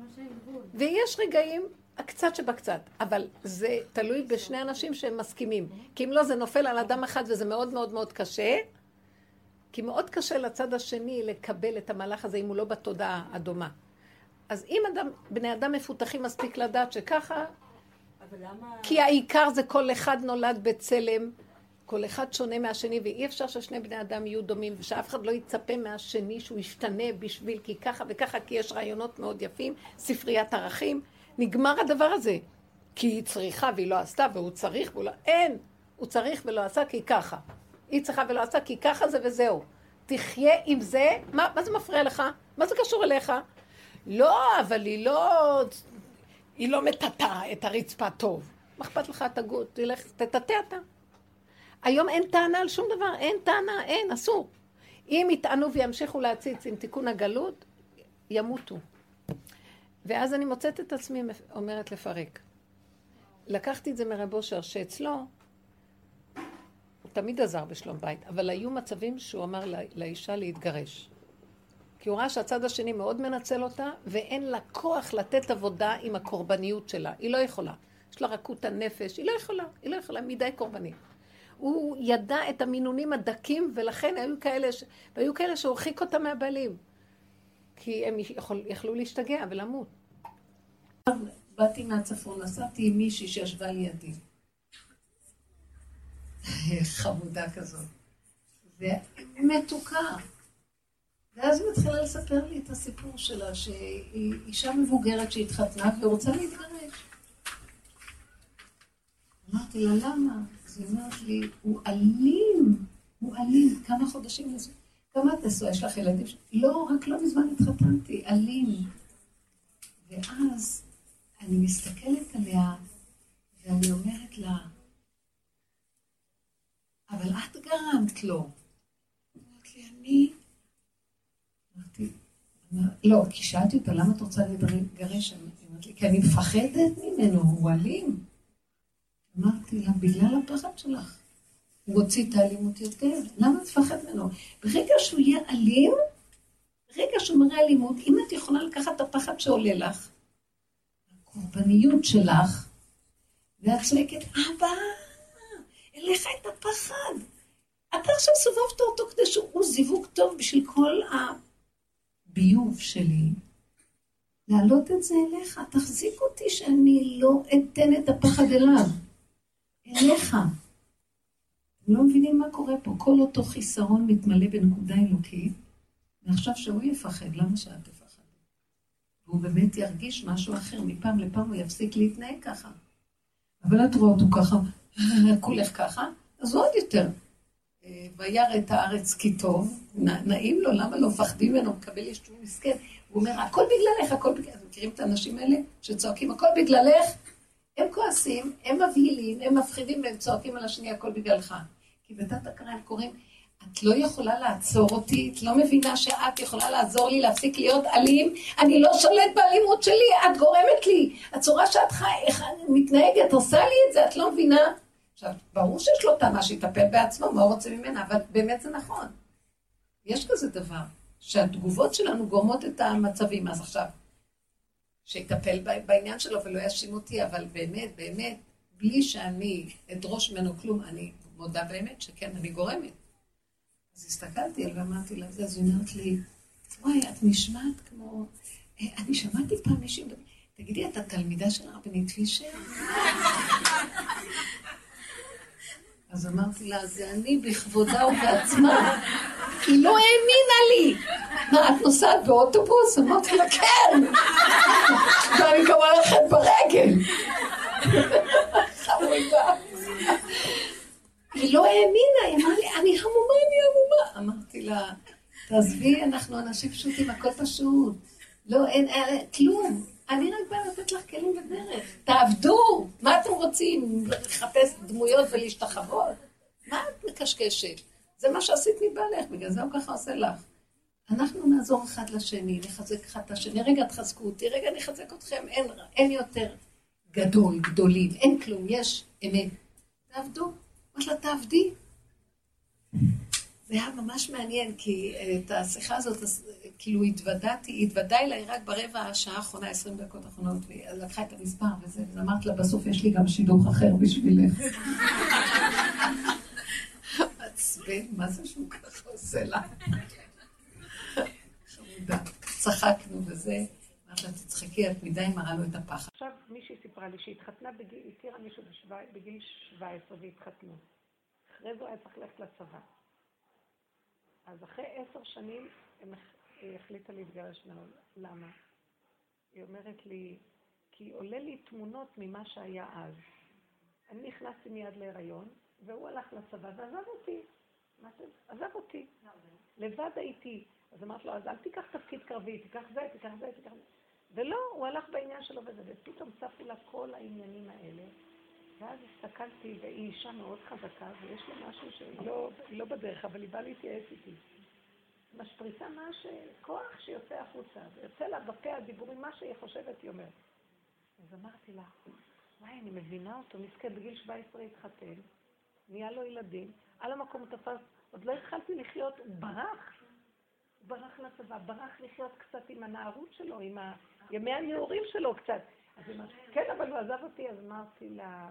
ויש רגעים, הקצת שבקצת, אבל זה תלוי בשני אנשים שהם מסכימים. כי אם לא, זה נופל על אדם אחד וזה מאוד מאוד מאוד קשה, כי מאוד קשה לצד השני לקבל את המהלך הזה אם הוא לא בתודעה הדומה. אז אם אדם, בני אדם מפותחים מספיק לדעת שככה, אבל למה... כי העיקר זה כל אחד נולד בצלם, כל אחד שונה מהשני, ואי אפשר ששני בני אדם יהיו דומים, ושאף אחד לא יצפה מהשני שהוא ישתנה בשביל, כי ככה וככה, כי יש רעיונות מאוד יפים, ספריית ערכים, נגמר הדבר הזה. כי היא צריכה והיא לא עשתה, והוא צריך והוא לא... אין! הוא צריך ולא עשה כי ככה. היא צריכה ולא עשה כי ככה זה וזהו. תחיה עם זה, מה, מה זה מפריע לך? מה זה קשור אליך? לא, אבל היא לא... היא לא מטאטה את הרצפה טוב. מה אכפת לך? תגוד, תלך, תטאטה אתה. היום אין טענה על שום דבר, אין טענה, אין, אסור. אם יטענו וימשיכו להציץ עם תיקון הגלות, ימותו. ואז אני מוצאת את עצמי אומרת לפרק. לקחתי את זה מרב אושר, שאצלו, הוא תמיד עזר בשלום בית, אבל היו מצבים שהוא אמר לא, לאישה להתגרש. כי הוא ראה שהצד השני מאוד מנצל אותה, ואין לה כוח לתת עבודה עם הקורבניות שלה. היא לא יכולה. יש לה רכות הנפש, היא לא יכולה, היא לא יכולה, מדי קורבנית. הוא ידע את המינונים הדקים, ולכן היו כאלה, ש... והיו כאלה שהורחיק אותם מהבעלים. כי הם יכול, יכלו להשתגע ולמות. באתי מהצפון, נסעתי עם מישהי שישבה לידי. חמודה כזאת. ומתוקה. ואז היא מתחילה לספר לי את הסיפור שלה, שהיא אישה מבוגרת שהתחתנה ורוצה להתגרש. אמרתי לה, למה? אז היא אומרת לי, הוא אלים, הוא אלים. כמה חודשים לזה? כמה את נשואה? יש לך ילדים? לא, רק לא מזמן התחתנתי, אלים. ואז אני מסתכלת עליה, ואני אומרת לה, אבל את גרמת לו. אמרת לי, אני... אמרתי, לא, כי שאלתי אותה, למה את רוצה להתגרש? אמרתי לי, כי אני מפחדת ממנו, הוא אלים. אמרתי לה, בגלל הפחד שלך. הוא הוציא את האלימות יותר. למה את מפחד ממנו? ברגע שהוא יהיה אלים, ברגע שהוא מראה אלימות, אם את יכולה לקחת את הפחד שעולה לך, הקורבניות שלך, ואת צועקת, אבא, אליך את הפחד. אתה עכשיו סובבת אותו כדי שהוא זיווג טוב בשביל כל הביוב שלי. להעלות את זה אליך, תחזיק אותי שאני לא אתן את הפחד אליו. אליך. אתם לא מבינים מה קורה פה. כל אותו חיסרון מתמלא בנקודה אלוקית, ועכשיו שהוא יפחד, למה שאת תפחד? והוא באמת ירגיש משהו אחר, מפעם לפעם הוא יפסיק להתנהג ככה. אבל את רואה אותו ככה, כולך ככה, אז עוד יותר. וירא את הארץ כי טוב, נעים לו, למה לא מפחדים ממנו, מקבל ישתום מסכן. הוא אומר, הכל בגללך, הכל בגללך. אתם מכירים את האנשים האלה שצועקים, הכל בגללך? הם כועסים, הם מבהילים, הם מפחידים והם צועקים על השני, הכל בגללך. כי בתת הכרה הם קוראים, את לא יכולה לעצור אותי, את לא מבינה שאת יכולה לעזור לי להפסיק להיות אלים, אני לא שולט באלימות שלי, את גורמת לי. הצורה שאת חי, מתנהגת, עושה לי את זה, את לא מבינה? עכשיו, ברור שיש לו טענה שיטפל בעצמו, מה הוא רוצה ממנה, אבל באמת זה נכון. יש כזה דבר, שהתגובות שלנו גורמות את המצבים, אז עכשיו, שיטפל בעניין שלו ולא יאשים אותי, אבל באמת, באמת, בלי שאני אדרוש ממנו כלום, אני מודה באמת שכן, אני גורמת. אז הסתכלתי עליה ואמרתי לה, אז היא אומרת לי, וואי, את נשמעת כמו... אני שמעתי פעם מישהו, תגידי, את התלמידה של הרבנית פישר? אז אמרתי לה, זה אני בכבודה ובעצמה. היא לא האמינה לי. מה, את נוסעת באוטובוס? אמרתי לה, כן! ואני גם הולכת ברגל. חמודה. היא לא האמינה, היא אמרה לי, אני המומה, אני המומה. אמרתי לה, תעזבי, אנחנו אנשים פשוטים, הכל פשוט. לא, אין, אין, כלום. אני רק באה לתת לך כלים בדרך. תעבדו! מה אתם רוצים? לחפש דמויות ולהשתחוות? מה את מקשקשת? זה מה שעשית מבעלך, בגלל זה הוא ככה עושה לך. אנחנו נעזור אחד לשני, נחזק אחד את השני. רגע תחזקו אותי, רגע נחזק אתכם. אין, אין יותר גדול, גדולים, אין כלום, יש אמת. תעבדו, אמרת לה, תעבדי. זה היה ממש מעניין, כי את השיחה הזאת, כאילו התוודעתי, התוודע אליי רק ברבע השעה האחרונה, עשרים דקות האחרונות, והיא לקחה את המספר וזה, ואמרת לה, בסוף יש לי גם שידוך אחר בשבילך. עצבן, מה זה שהוא ככה עושה לה? חמודה, צחקנו וזה, אמרת לה, תצחקי, את מדי מראה לו את הפחד. עכשיו מישהי סיפרה לי שהתחתנה, הכירה מישהו בגיל שבע עשרה והתחתנו. אחרי זה היה צריך ללכת לצבא. אז אחרי עשר שנים היא החליטה להתגרש ממנו. למה? היא אומרת לי, כי עולה לי תמונות ממה שהיה אז. אני נכנסתי מיד להיריון, והוא הלך לצבא ועזב אותי. מה זה? עזב אותי. לבד הייתי. אז אמרת לו, אז אל תיקח תפקיד קרבי, תיקח זה, תיקח זה, תיקח זה. ולא, הוא הלך בעניין שלו וזה, ופתאום צפו לה כל העניינים האלה. ואז הסתכלתי, והיא אישה מאוד חזקה, ויש לה משהו שהיא לא, לא בדרך, אבל היא באה להתייעץ איתי. משפריצה מה שכוח שיוצא החוצה, ויוצא לה בפה הדיבורים, מה שהיא חושבת, היא אומרת. אז אמרתי לה, וואי, אני מבינה אותו, נזכה בגיל שבע עשרה התחתן, נהיה לו ילדים, על המקום הוא תפס, עוד לא התחלתי לחיות, הוא ברח, הוא ברח לצבא, ברח לחיות קצת עם הנערות שלו, עם ימי הנעורים שלו קצת. אז היא אמרת, כן, אבל הוא עזב אותי, אז אמרתי לה,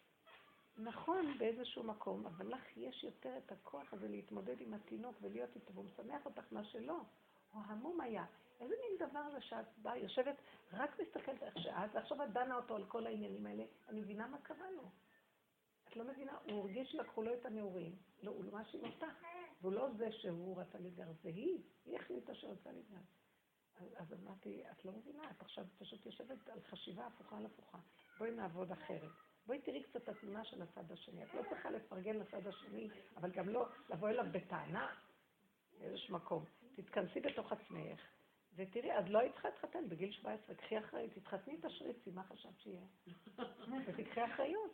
נכון, באיזשהו מקום, אבל לך יש יותר את הכוח הזה להתמודד עם התינוק ולהיות איתו, והוא משמח אותך מה שלא. הוא המום היה. איזה מין דבר זה שאת באה, יושבת, רק מסתכלת איך שאת, ועכשיו את דנה אותו על כל העניינים האלה, אני מבינה מה קרה לו. את לא מבינה, הוא הרגיש לקחו לו את הנעורים, לא, הוא לא מאשים אותך, והוא לא זה שהוא רצה להתגרש, זה היא, היא החליטה שרצה להתגרש. אז, אז אמרתי, את לא מבינה, את עכשיו פשוט יושבת על חשיבה הפוכה על הפוכה, בואי נעבוד אחרת. בואי תראי קצת את התמונה של הצד השני. את לא צריכה לפרגן לצד השני, אבל גם לא לבוא אליו בטענה באיזשהו מקום. תתכנסי בתוך עצמך, ותראי, אז לא היית צריכה להתחתן בגיל שבע עשרה, קחי אחריות, תתחתני את השריצי, מה חשבת שיהיה? ותקחי אחריות.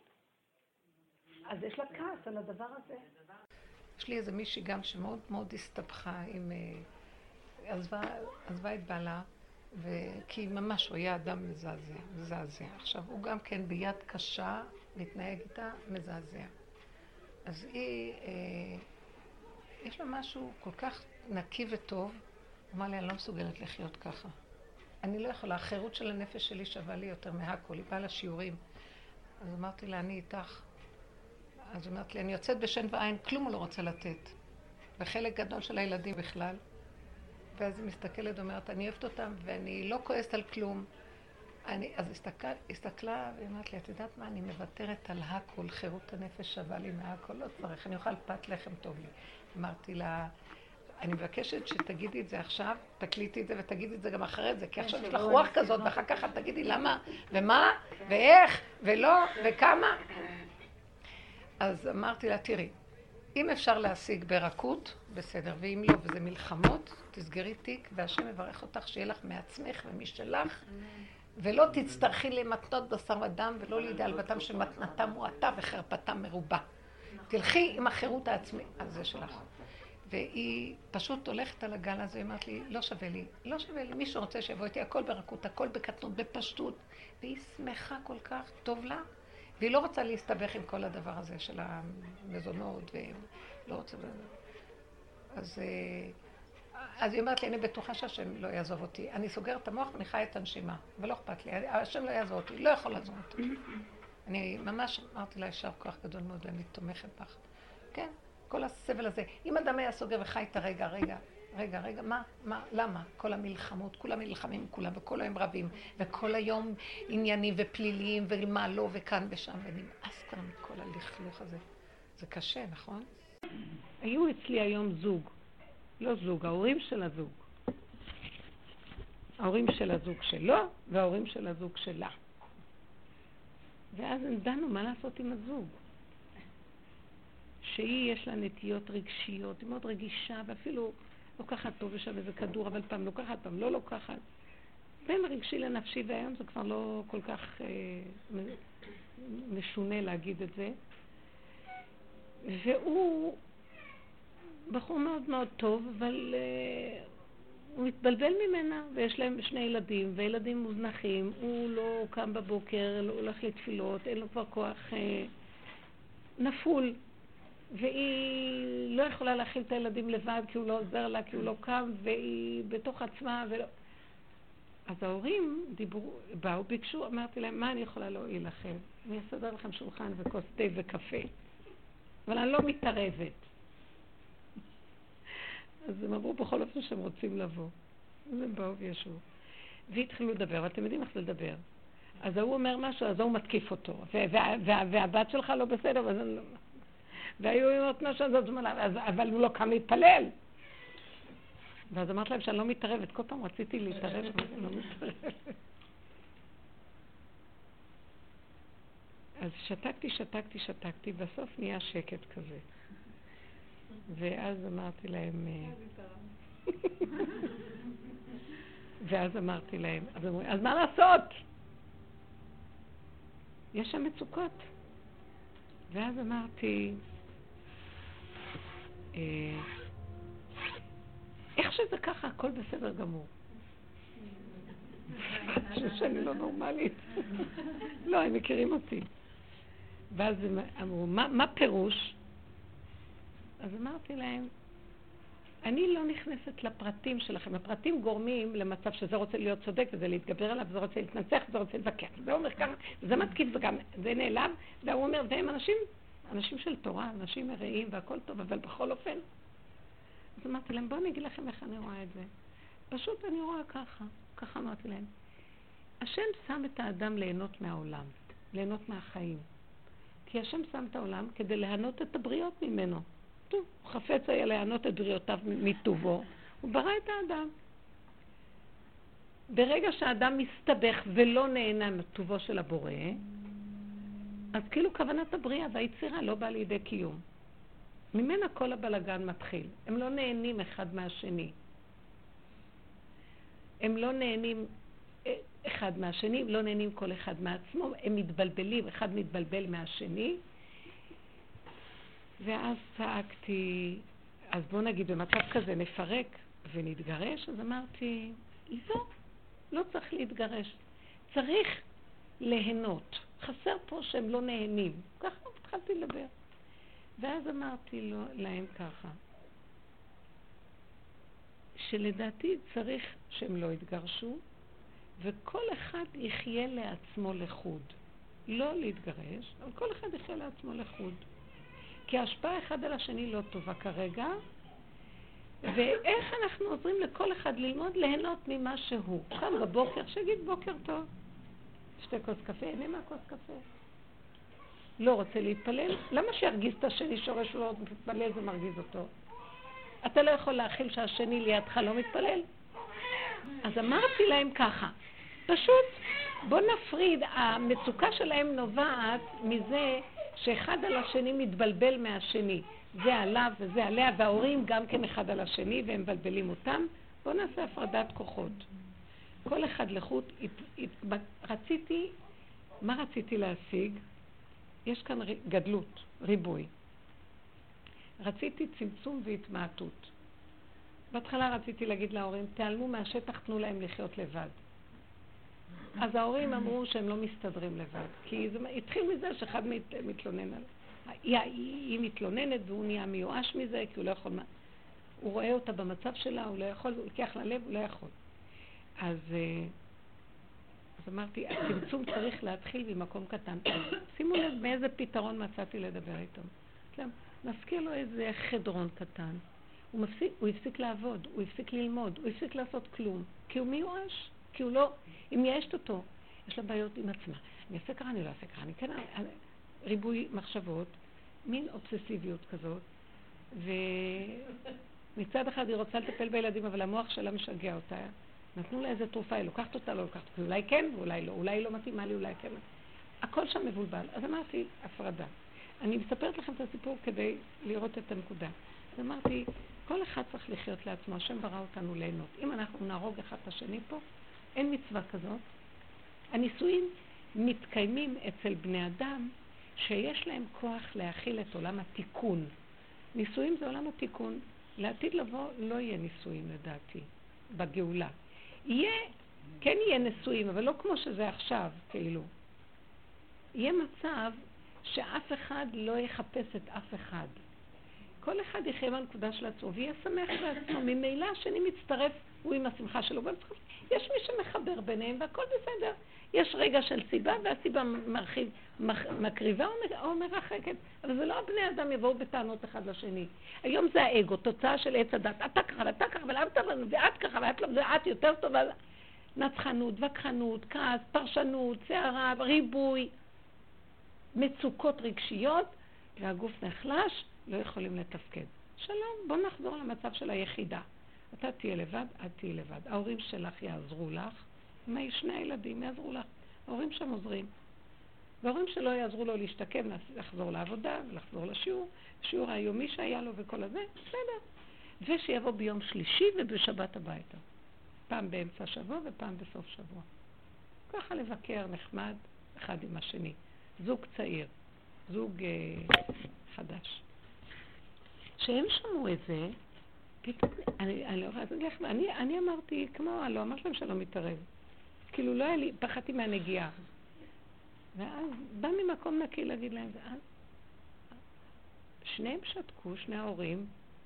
אז יש לה כעס על הדבר הזה. יש לי איזה מישהי גם שמאוד מאוד הסתבכה עם... עזבה, עזבה את בעלה, כי ממש הוא היה אדם מזעזע, מזעזע. עכשיו, הוא גם כן ביד קשה מתנהג איתה מזעזע. אז היא, אה, יש לה משהו כל כך נקי וטוב, הוא אמר לי, אני לא מסוגלת לחיות ככה. אני לא יכולה, החירות של הנפש שלי שווה לי יותר מהכל, היא באה לשיעורים. אז אמרתי לה, אני איתך. אז אמרתי לי, אני יוצאת בשן ועין, כלום הוא לא רוצה לתת. וחלק גדול של הילדים בכלל. ואז היא מסתכלת ואומרת, אני אוהבת אותם ואני לא כועסת על כלום. אני, אז הסתכל, הסתכלה ואמרת לי, את יודעת מה, אני מוותרת על הכל, חירות הנפש שווה לי מהכל, לא צריך, אני אוכל פת לחם טוב לי. אמרתי לה, אני מבקשת שתגידי את זה עכשיו, תקליטי את זה ותגידי את זה גם אחרי זה, כי עכשיו יש לך רוח כזאת, ואחר כך את תגידי למה, ומה, ואיך, ולא, וכמה. אז אמרתי לה, תראי, אם אפשר להשיג ברכות, בסדר, ואם לא, וזה מלחמות, תסגרי תיק, והשם מברך אותך שיהיה לך מעצמך ומשלך, ולא תצטרכי למתנות בשר ודם, ולא לידי הלבטם שמתנתם מועטה וחרפתם מרובה. תלכי עם החירות העצמי הזה שלך. והיא פשוט הולכת על הגל הזה, אמרת לי, לא שווה לי, לא שווה לי, מי שרוצה שיבוא איתי, הכל ברכות, הכל בקטנות, בפשטות, והיא שמחה כל כך, טוב לה, והיא לא רוצה להסתבך עם כל הדבר הזה של המזונות, ולא רוצה... אז, אז היא אומרת לי, אני בטוחה שהשם לא יעזוב אותי. אני סוגרת את המוח ואני חיה את הנשימה, ולא אכפת לי, השם לא יעזוב אותי, לא יכול לעזוב אותי. אני ממש אמרתי לה, ישר כוח גדול מאוד, ואני תומכת בך. כן, כל הסבל הזה. אם אדם היה סוגר וחי את הרגע, רגע, רגע, רגע, מה, מה, למה? כל המלחמות, כולם מלחמים כולם, וכל היום רבים, וכל היום עניינים ופליליים, ומה לא, וכאן ושם, ונמאס כבר מכל הלכלוך הזה. זה קשה, נכון? היו אצלי היום זוג, לא זוג, ההורים של הזוג. ההורים של הזוג שלו וההורים של הזוג שלה. ואז הם דנו מה לעשות עם הזוג. שהיא יש לה נטיות רגשיות, היא מאוד רגישה, ואפילו לוקחת טוב ושם איזה כדור, אבל פעם לוקחת, פעם לא לוקחת. בין הרגשי לנפשי, והיום זה כבר לא כל כך אה, משונה להגיד את זה. והוא בחור מאוד מאוד טוב, אבל אה, הוא מתבלבל ממנה, ויש להם שני ילדים, וילדים מוזנחים, הוא לא קם בבוקר, לא הולך לתפילות, אין לו כבר כוח אה, נפול. והיא לא יכולה להכיל את הילדים לבד כי הוא לא עוזר לה, כי הוא לא קם, והיא בתוך עצמה ולא... אז ההורים דיברו, באו, ביקשו, אמרתי להם, מה אני יכולה להועיל לכם? אני אסדר לכם שולחן וכוס תה וקפה, אבל אני לא מתערבת. אז הם אמרו בכל אופן שהם רוצים לבוא. אז הם באו וישבו. והתחילו לדבר, ואתם יודעים איך זה לדבר. אז הוא אומר משהו, אז הוא מתקיף אותו, והבת שלך לא בסדר, אז אני לא... והיו אומרות משהו, אבל הוא לא קם להתפלל. ואז אמרת להם שאני לא מתערבת, כל פעם רציתי להתערב, אבל אני לא מתערבת. אז שתקתי, שתקתי, שתקתי, בסוף נהיה שקט כזה. ואז אמרתי להם... ואז אמרתי להם, אז אמרו, אז מה לעשות? יש שם מצוקות. ואז אמרתי, איך שזה ככה, הכל בסדר גמור. חושב שאני לא נורמלית. לא, הם מכירים אותי. ואז הם אמרו, מה, מה פירוש? אז אמרתי להם, אני לא נכנסת לפרטים שלכם. הפרטים גורמים למצב שזה רוצה להיות צודק, וזה להתגבר עליו, וזה רוצה להתנצח, וזה רוצה להתווכח. זה אומר ככה, זה מתקיף וגם זה נעלם, והוא אומר, והם אנשים, אנשים של תורה, אנשים מראים והכל טוב, אבל בכל אופן. אז אמרתי להם, בואו אני אגיד לכם איך אני רואה את זה. פשוט אני רואה ככה, ככה אמרתי להם. השם שם את האדם ליהנות מהעולם, ליהנות מהחיים. כי השם שם את העולם כדי להנות את הבריות ממנו. טוב, הוא חפץ היה להנות את בריאותיו מטובו, הוא ברא את האדם. ברגע שהאדם מסתבך ולא נהנה מטובו של הבורא, אז כאילו כוונת הבריאה והיצירה לא באה לידי קיום. ממנה כל הבלגן מתחיל. הם לא נהנים אחד מהשני. הם לא נהנים אחד מהשני, הם לא נהנים כל אחד מעצמו, הם מתבלבלים, אחד מתבלבל מהשני. ואז צעקתי, אז בוא נגיד במצב כזה נפרק ונתגרש, אז אמרתי, לא, לא צריך להתגרש, צריך ליהנות. חסר פה שהם לא נהנים. ככה התחלתי לדבר. ואז אמרתי לו, להם ככה, שלדעתי צריך שהם לא יתגרשו, וכל אחד יחיה לעצמו לחוד. לא להתגרש, אבל כל אחד יחיה לעצמו לחוד. כי ההשפעה אחד על השני לא טובה כרגע, ואיך אנחנו עוזרים לכל אחד ללמוד ליהנות ממה שהוא. קם בבוקר, שיגיד בוקר טוב. שתי כוס קפה, הנה מה כוס קפה. לא רוצה להתפלל, למה שירגיז את השני שורש הוא לא מתפלל זה מרגיז אותו? אתה לא יכול להכיל שהשני לידך לא מתפלל? אז אמרתי להם ככה, פשוט בוא נפריד, המצוקה שלהם נובעת מזה שאחד על השני מתבלבל מהשני. זה עליו וזה עליה, וההורים גם כן אחד על השני והם מבלבלים אותם. בוא נעשה הפרדת כוחות. כל אחד לחוט, רציתי, מה רציתי להשיג? יש כאן גדלות, ריבוי. רציתי צמצום והתמעטות. בהתחלה רציתי להגיד להורים, תעלמו מהשטח, תנו להם לחיות לבד. אז ההורים אמרו שהם לא מסתדרים לבד, כי זה התחיל מזה שאחד מת, מתלונן על... היא, היא מתלוננת והוא נהיה מיואש מזה, כי הוא לא יכול... הוא רואה אותה במצב שלה, הוא לא יכול, הוא לוקח ללב, הוא לא יכול. אז, אז אמרתי, הצמצום צריך להתחיל במקום קטן. שימו לב מאיזה פתרון מצאתי לדבר איתו. נזכיר לו איזה חדרון קטן. הוא, מפסיק, הוא הפסיק לעבוד, הוא הפסיק ללמוד, הוא הפסיק לעשות כלום, כי הוא מיואש, כי הוא לא, אם יש אותו, יש לה בעיות עם עצמה. אני אעשה ככה, אני לא אעשה ככה, אני כן, ריבוי מחשבות, מין אובססיביות כזאת, ומצד אחד היא רוצה לטפל בילדים, אבל המוח שלה משגע אותה, נתנו לה איזה תרופה, היא לוקחת אותה, לא לוקחת אותה, אולי כן, אולי לא, אולי לא מתאימה לי, אולי כן. הכל שם מבולבל. אז אמרתי, הפרדה. אני מספרת לכם את הסיפור כדי לראות את הנקודה. אז אמרתי, כל אחד צריך לחיות לעצמו, השם ברא אותנו ליהנות. אם אנחנו נהרוג אחד את השני פה, אין מצווה כזאת. הנישואים מתקיימים אצל בני אדם שיש להם כוח להכיל את עולם התיקון. נישואים זה עולם התיקון. לעתיד לבוא לא יהיה נישואים לדעתי, בגאולה. יהיה, כן יהיה נישואים, אבל לא כמו שזה עכשיו, כאילו. יהיה מצב שאף אחד לא יחפש את אף אחד. כל אחד יחיה בנקודה של עצמו, ויהיה שמח בעצמו. ממילא השני מצטרף, הוא עם השמחה שלו. יש מי שמחבר ביניהם, והכל בסדר. יש רגע של סיבה, והסיבה מרחיב, מקריבה או מרחקת. אבל זה לא הבני אדם יבואו בטענות אחד לשני. היום זה האגו, תוצאה של עץ הדת. אתה ככה, ואתה ככה, ולאמת לנו, ואת ככה, ואת לא, ואת יותר טובה. נצחנות, וכחנות, כעס, פרשנות, שערה, ריבוי, מצוקות רגשיות, והגוף נחלש, לא יכולים לתפקד. שלום, בוא נחזור למצב של היחידה. אתה תהיה לבד, את תהיה לבד. ההורים שלך יעזרו לך, מה שני הילדים יעזרו לך. ההורים שם עוזרים. וההורים שלו יעזרו לו להשתקם, לחזור לעבודה ולחזור לשיעור, שיעור היומי שהיה לו וכל הזה, בסדר. ושיבוא ביום שלישי ובשבת הביתה. פעם באמצע שבוע ופעם בסוף שבוע. ככה לבקר נחמד אחד עם השני. זוג צעיר, זוג אה, חדש. שהם שמעו את זה, פתאום, אני, אני, אני, אני, אני אמרתי, כמו, לא אמרתי להם שלא מתערב. כאילו לא היה לי, פחדתי מהנגיעה. ואז בא ממקום נקי להגיד להם, ואז שניהם שתקו, שני ההורים,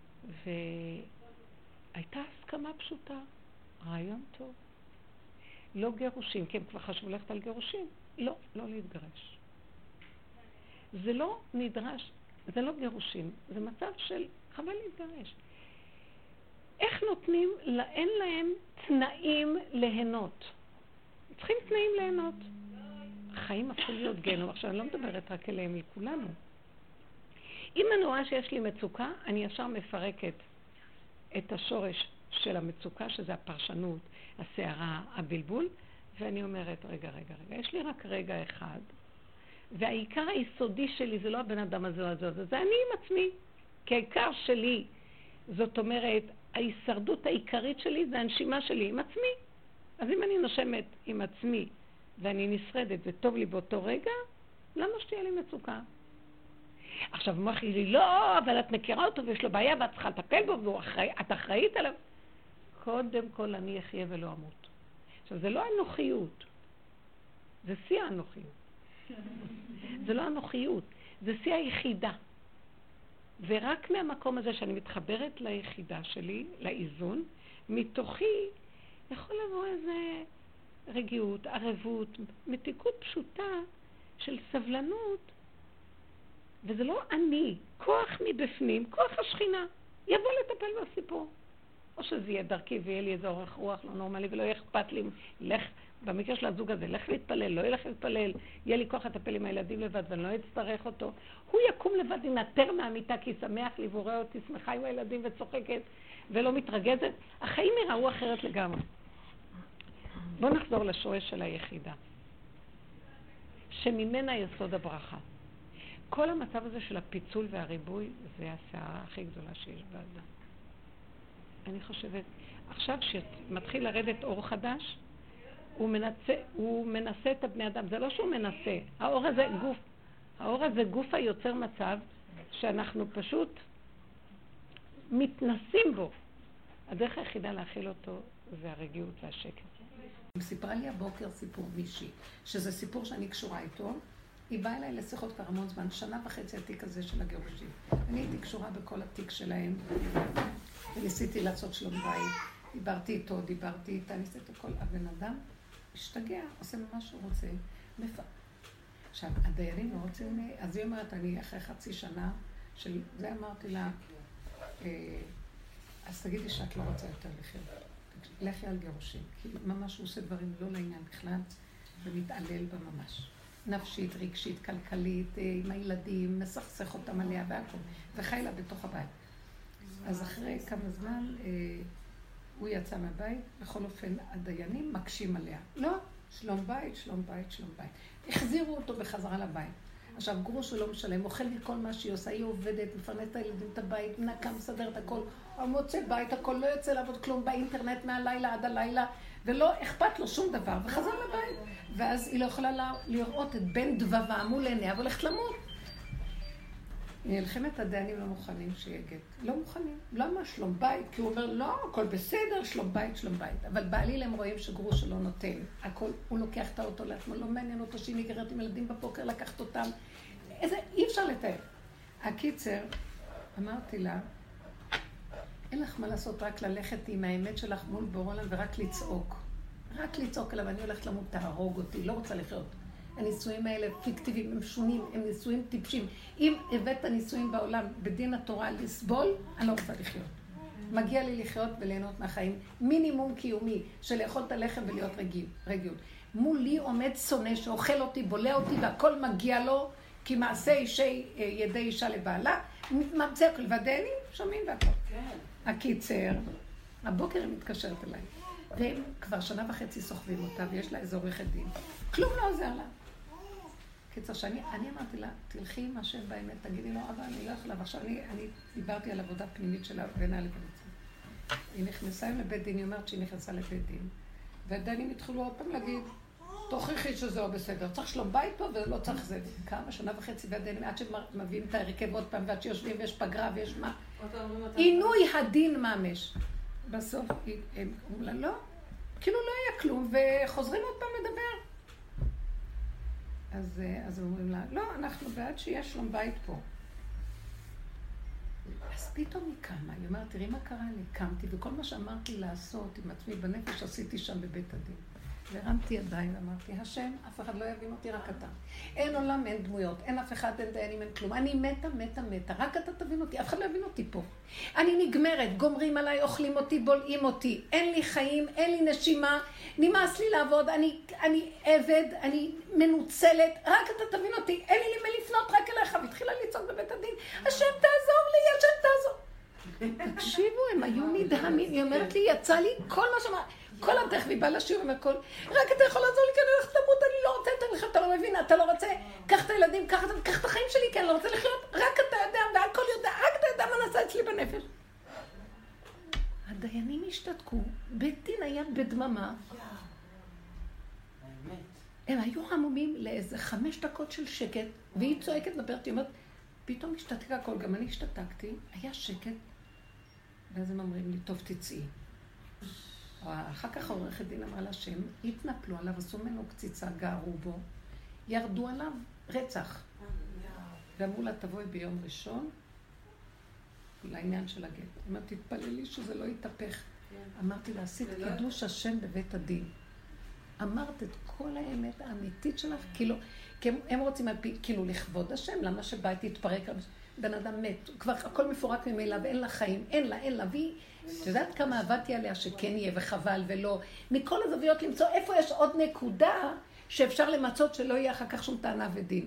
והייתה הסכמה פשוטה, רעיון טוב. לא גירושים, כי הם כבר חשבו ללכת על גירושים. לא, לא להתגרש. זה לא נדרש, זה לא גירושים, זה מצב של חבל להתגרש. איך נותנים, אין להם תנאים ליהנות. צריכים תנאים ליהנות. החיים הפכו להיות גיהנום. עכשיו אני לא מדברת רק אליהם, לכולנו. אם אני רואה שיש לי מצוקה, אני ישר מפרקת את השורש של המצוקה, שזה הפרשנות, השערה, הבלבול, ואני אומרת, רגע, רגע, רגע, יש לי רק רגע אחד, והעיקר היסודי שלי זה לא הבן אדם הזה או הזה, זה, זה אני עם עצמי. כי העיקר שלי, זאת אומרת, ההישרדות העיקרית שלי זה הנשימה שלי עם עצמי. אז אם אני נושמת עם עצמי, ואני נשרדת וטוב לי באותו רגע, למה שתהיה לי מצוקה? עכשיו מוח לי, לא, אבל את מכירה אותו ויש לו בעיה ואת צריכה לטפל בו ואת אחראית עליו. קודם כל אני אחיה ולא אמות. עכשיו זה לא אנוכיות, זה שיא האנוכיות. זה לא אנוכיות, זה שיא היחידה. ורק מהמקום הזה שאני מתחברת ליחידה שלי, לאיזון, מתוכי יכול לבוא איזה רגיעות, ערבות, מתיקות פשוטה של סבלנות, וזה לא אני, כוח מבפנים, כוח השכינה, יבוא לטפל בסיפור. או שזה יהיה דרכי ויהיה לי איזה אורך רוח לא נורמלי ולא יהיה אכפת לי, לך, במקרה של הזוג הזה, לך להתפלל, לא ילך להתפלל, יהיה לי כוח לטפל עם הילדים לבד ואני לא אצטרך אותו. הוא יקום לבד, ינטר מהמיטה כי שמח לי והוא רואה אותי שמחה עם הילדים וצוחקת ולא מתרגזת. החיים יראו אחרת לגמרי. בואו נחזור לשורש של היחידה, שממנה יסוד הברכה. כל המצב הזה של הפיצול והריבוי זה הסערה הכי גדולה שיש באדם. אני חושבת, עכשיו שמתחיל לרדת אור חדש, הוא מנסה, הוא מנסה את הבני אדם. זה לא שהוא מנסה. האור הזה גוף, האור הזה גוף היוצר מצב שאנחנו פשוט מתנסים בו. הדרך היחידה להכיל אותו זה הרגיעות והשקט. היא סיפרה לי הבוקר סיפור מישהי, שזה סיפור שאני קשורה איתו. היא באה אליי לשיחות כבר המון זמן, שנה וחצי התיק הזה של הגירושים. אני הייתי קשורה בכל התיק שלהם, וניסיתי לעשות שלום בית. דיברתי איתו, דיברתי איתה, ניסיתי הכל. הבן אדם משתגע, עושה מה שהוא רוצה, מפ... עכשיו, הדיירים לא רוצים... אז היא אומרת, אני אחרי חצי שנה של... זה אמרתי לה, אז תגידי שאת לא רוצה יותר לחיות. לכי על גירושים, כי ממש הוא עושה דברים לא לעניין בכלל, ומתעלל בה ממש. נפשית, רגשית, כלכלית, עם הילדים, מסכסך אותם עליה והכל, וחי לה בתוך הבית. אז אחרי כמה זמן, הוא יצא מהבית, בכל אופן הדיינים מקשים עליה. לא, שלום בית, שלום בית, שלום בית. החזירו אותו בחזרה לבית. עכשיו, גרוש הוא לא משלם, אוכל מכל מה שהיא עושה, היא עובדת, מפרנסת את הילדים, את הבית, מנקה, מסדר את הכל, הוא מוצא בית, הכל, לא יוצא לעבוד כלום באינטרנט מהלילה עד הלילה, ולא אכפת לו שום דבר, וחזר לבית. ואז היא לא יכולה לראות את בן דבבה מול עיניה, והולכת למות. היא נלחמת הדיינים לא מוכנים שיהיה גט. לא מוכנים. למה? שלום בית. כי הוא אומר, לא, הכל בסדר, שלום בית, שלום בית. אבל בעליל הם רואים שגרוש לא נותן. הכל, הוא לוקח את האוטו לעצמו, לא מעניין אותו שהיא נגררת עם ילדים בבוקר, לקחת אותם. איזה, אי אפשר לתאר. הקיצר, אמרתי לה, אין לך מה לעשות, רק ללכת עם האמת שלך מול בורולם ורק לצעוק. רק לצעוק עליו, אני הולכת למות, תהרוג אותי, לא רוצה לחיות. הנישואים האלה פיקטיביים, הם שונים, הם נישואים טיפשים. אם הבאת הנישואים בעולם בדין התורה לסבול, אני לא רוצה לחיות. מגיע לי לחיות וליהנות מהחיים. מינימום קיומי של לאכול את הלחם ולהיות רגיל, רגיל. מולי עומד שונא שאוכל אותי, בולע אותי והכל מגיע לו, כי מעשה אישי ידי אישה לבעלה, ממצא הכל, והדיינים שומעים והכל. הקיצר, הבוקר היא מתקשרת אליי. והם כבר שנה וחצי סוחבים אותה, ויש לה איזו עורכת דין. כלום לא עוזר לה. קיצר, שאני אני אמרתי לה, תלכי עם השם באמת, תגידי לו, אבל אני לא יכולה. ועכשיו אני, אני דיברתי על עבודה פנימית שלה בינה לבין עצמה. היא נכנסה עם לבית דין, היא אומרת שהיא נכנסה לבית דין. והדיינים התחילו עוד פעם להגיד, תוכיחי שזה לא בסדר. צריך שלום בית פה ולא צריך זה. כמה, שנה וחצי והדיינים, עד שמביאים את ההרכב עוד פעם, ועד שיושבים ויש פגרה ויש מה. עינוי הדין ממש. בסוף הם אומרים לה, לא, כאילו לא היה כלום, וחוזרים עוד פעם לדבר. אז, אז הם אומרים לה, לא, אנחנו בעד שיש שלום בית פה. אז פתאום היא קמה, היא אומרת, תראי מה קרה לי, קמתי, וכל מה שאמרתי לעשות עם עצמי בנפש, עשיתי שם בבית הדין. והרמתי ידיים ואמרתי, השם, אף אחד לא יבין אותי, רק אתה. אין עולם, אין דמויות, אין אף אחד, אין דיינים, אין כלום. אני מתה, מתה, מתה, רק אתה תבין אותי, אף אחד לא יבין אותי פה. אני נגמרת, גומרים עליי, אוכלים אותי, בולעים אותי. אין לי חיים, אין לי נשימה, נמאס לי לעבוד, אני, אני עבד, אני מנוצלת, רק אתה תבין אותי, אין לי למי לפנות, רק אליך. והתחילה לצעוק בבית הדין, השם תעזור לי, השם תעזור. תקשיבו, הם היו נדהמים, היא אומרת לי, יצא לי כל מה שאמרה, כל הדרך והיא באה לשיעור והכל, רק אתה יכול לעזור לי, כי אני הולכת למות, אני לא רוצה יותר לחיות, אתה לא מבין, אתה לא רוצה, קח את הילדים, קח את החיים שלי, כי אני לא רוצה לחיות, רק אתה יודע, והכל יודע, רק אתה יודע מה נעשה אצלי בנפש. הדיינים השתתקו, בית דין היה בדממה, הם היו עמומים לאיזה חמש דקות של שקט, והיא צועקת מדברת, היא אומרת, פתאום השתתקה הכל, גם אני השתתקתי, היה שקט, ואז הם אומרים לי, טוב תצאי. אחר כך העורכת דין אמרה לה שהם התנפלו עליו, עשו ממנו קציצה, גערו בו, ירדו עליו רצח. ואמרו לה, תבואי ביום ראשון לעניין של הגט. אמרת, תתפללי שזה לא יתהפך. אמרתי לה, עשית קידוש השם בבית הדין. אמרת את כל האמת האמיתית שלך, כאילו, כי הם, הם רוצים כאילו לכבוד השם, למה שבית תתפרק, בן אדם מת, כבר הכל מפורק ממילא, ואין לה חיים, אין לה, אין לה, והיא, את יודעת כמה עבדתי עליה שכן יהיה וחבל ולא, מכל הזוויות למצוא איפה יש עוד נקודה שאפשר למצות שלא יהיה אחר כך שום טענה ודין.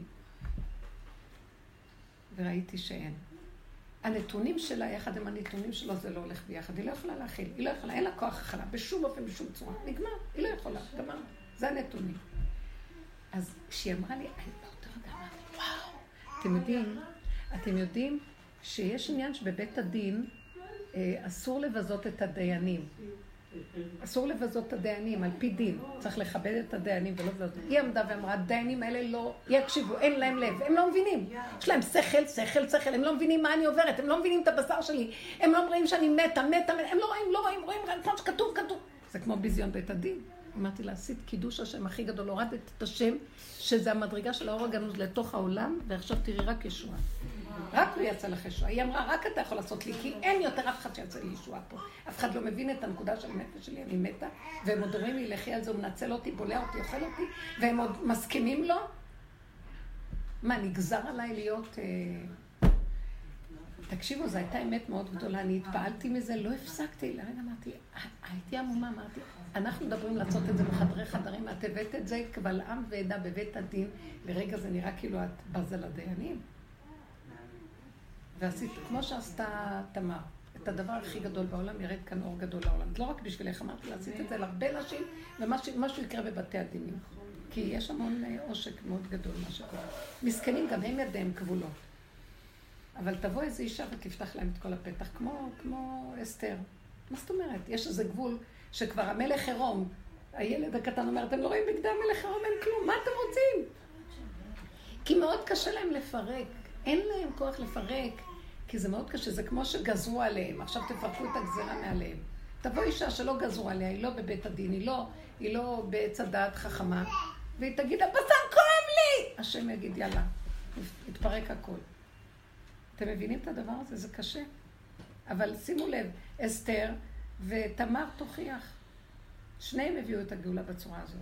וראיתי שאין. הנתונים שלה, יחד עם הנתונים שלו, זה לא הולך ביחד. היא לא יכולה להכיל, היא לא יכולה, אין לה כוח הכלה, בשום אופן, בשום צורה. נגמר, היא לא יכולה, גמר. זה הנתונים. אז כשהיא אמרה לי, אני באותו רגע אמרתי, וואו, אתם יודעים, אתם יודעים שיש עניין שבבית הדין אה, אסור לבזות את הדיינים. אסור לבזות את הדיינים, על פי דין. צריך לכבד את הדיינים ולא לבזות. היא עמדה ואמרה, הדיינים האלה לא יקשיבו, אין להם לב, הם לא מבינים. יש להם שכל, שכל, שכל, הם לא מבינים מה אני עוברת, הם לא מבינים את הבשר שלי, הם לא רואים שאני מתה, מתה, מתה, הם לא רואים, לא רואים, רואים, כמו שכתוב, כתוב. זה כמו ביזיון בית הדין. אמרתי לה, עשית קידוש השם הכי גדול, הורדת את השם, שזה המדרגה של האור הגנוז לתוך העולם, ועכשיו תראי רק ישועה. רק הוא יצא לך ישועה. היא אמרה, רק אתה יכול לעשות לי, כי אין יותר אף אחד שיצא לי ישועה פה. אף אחד לא מבין את הנקודה של הנפש שלי, אני מתה, והם עוד אומרים לי, לכי על זה, הוא מנצל אותי, בולע אותי, אוכל אותי, והם עוד מסכימים לו. מה, נגזר עליי להיות... תקשיבו, זו הייתה אמת מאוד גדולה, אני התפעלתי מזה, לא הפסקתי, לרגע אמרתי, הייתי עמומה, אמרתי, אנחנו מדברים לעשות את זה בחדרי חדרים, את הבאת את זה קבל עם ועדה בבית הדין, לרגע זה נראה כאילו את בזה לדיינים. ועשית, כמו שעשתה תמר, את את הדבר הכי גדול בעולם, ירד כאן אור גדול לעולם. לא רק בשבילך, אמרתי לה, עשית את זה להרבה נשים, ומשהו יקרה בבתי הדינים. כי יש המון עושק מאוד גדול מה שקורה. מסכנים, גם הם ידיהם כבולות. אבל תבוא איזו אישה ותפתח להם את כל הפתח, כמו, כמו אסתר. מה זאת אומרת? יש איזה גבול שכבר המלך עירום, הילד הקטן אומר, אתם לא רואים בגדי המלך עירום, אין כלום, מה אתם רוצים? כי מאוד קשה להם לפרק, אין להם כוח לפרק, כי זה מאוד קשה, זה כמו שגזרו עליהם, עכשיו תפרקו את הגזרה מעליהם. תבוא אישה שלא גזרו עליה, היא לא בבית הדין, היא לא, היא לא בעץ הדעת חכמה, והיא תגיד, הבשר כואב לי! השם יגיד, יאללה, יתפרק הכל. אתם מבינים את הדבר הזה? זה קשה. אבל שימו לב, אסתר ותמר תוכיח. שניהם הביאו את הגאולה בצורה הזאת.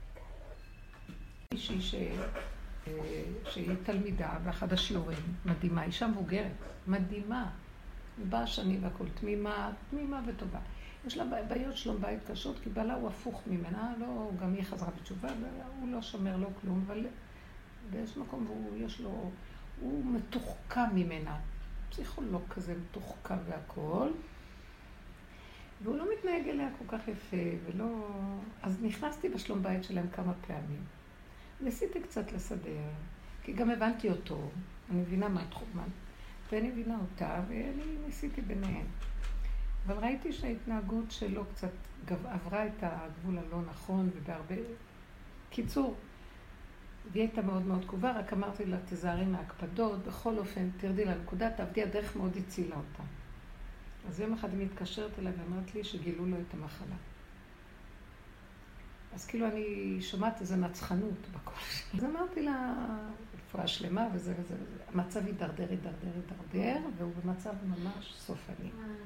אישי ש... שהיא תלמידה באחד השיעורים, מדהימה, אישה מבוגרת, מדהימה. באה שנים והכל, תמימה, תמימה וטובה. יש לה בעיות שלום בית קשות, כי בעלה הוא הפוך ממנה, לא, גם היא חזרה בתשובה, הוא לא שומר לו כלום, אבל באיזה מקום הוא, יש לו, הוא מתוחכם ממנה. פסיכולוג כזה מתוחכם והכל. והוא לא מתנהג אליה כל כך יפה, ולא... אז נכנסתי בשלום בית שלהם כמה פעמים. ניסיתי קצת לסדר, כי גם הבנתי אותו, אני מבינה מה התחומן, ואני מבינה אותה, ואני ניסיתי ביניהם. אבל ראיתי שההתנהגות שלו קצת עברה את הגבול הלא נכון, ובהרבה... קיצור, והיא הייתה מאוד מאוד קרובה, רק אמרתי לה, תזהרי מההקפדות, בכל אופן, תרדי לנקודה, תעבדי, הדרך מאוד הצילה אותה. אז יום אחד היא מתקשרת אליי ואמרת לי שגילו לו את המחלה. אז כאילו אני שומעת איזו נצחנות בכל שלי. אז אמרתי לה, רפואה שלמה וזה וזה וזה. המצב הידרדר, הידרדר, הידרדר, והוא במצב ממש סופני.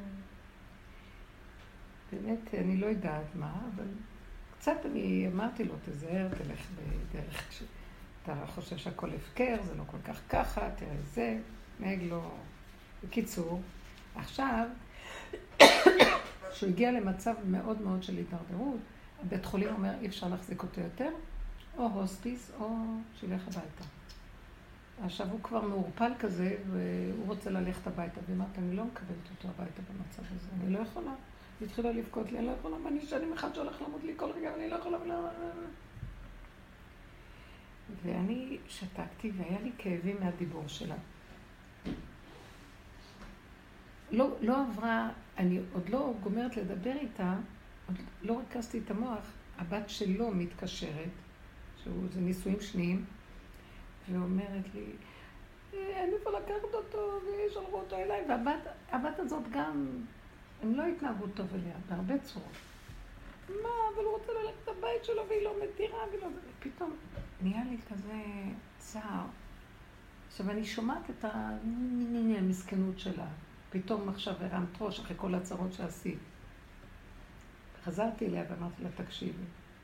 באמת, אני לא יודעת מה, אבל קצת אני אמרתי לו, תזהר, תלך בדרך שאתה חושב שהכל הפקר, זה לא כל כך ככה, תראה זה, נהג לו. בקיצור, עכשיו, שהוא הגיע למצב מאוד מאוד של הידרדרות, הבית חולים אומר, אי אפשר להחזיק אותו יותר, או הוספיס, או שילך הביתה. עכשיו הוא כבר מעורפל כזה, והוא רוצה ללכת הביתה, ואמרת, אני לא מקבלת אותו הביתה במצב הזה, אני לא יכולה. היא התחילה לבכות לי, אני לא יכולה, ואני שנים אחד שהולך למות לי כל רגע, ואני לא יכולה ולא... ואני שתקתי, והיה לי כאבים מהדיבור שלה. לא, לא עברה, אני עוד לא גומרת לדבר איתה, עוד לא רכזתי את המוח, הבת שלו מתקשרת, שזה נישואים שניים, ואומרת לי, אין איפה לקחת אותו, וישלחו אותו אליי, והבת הבת הזאת גם, הם לא התנהגו טוב אליה, בהרבה צורות. מה, אבל הוא רוצה ללכת לבית שלו, והיא לא מתירה, ולא... פתאום נהיה לי כזה צער. עכשיו, אני שומעת את המסכנות שלה. פתאום עכשיו הרמת ראש אחרי כל הצרות שעשית. חזרתי אליה ואמרתי לה, תקשיבי.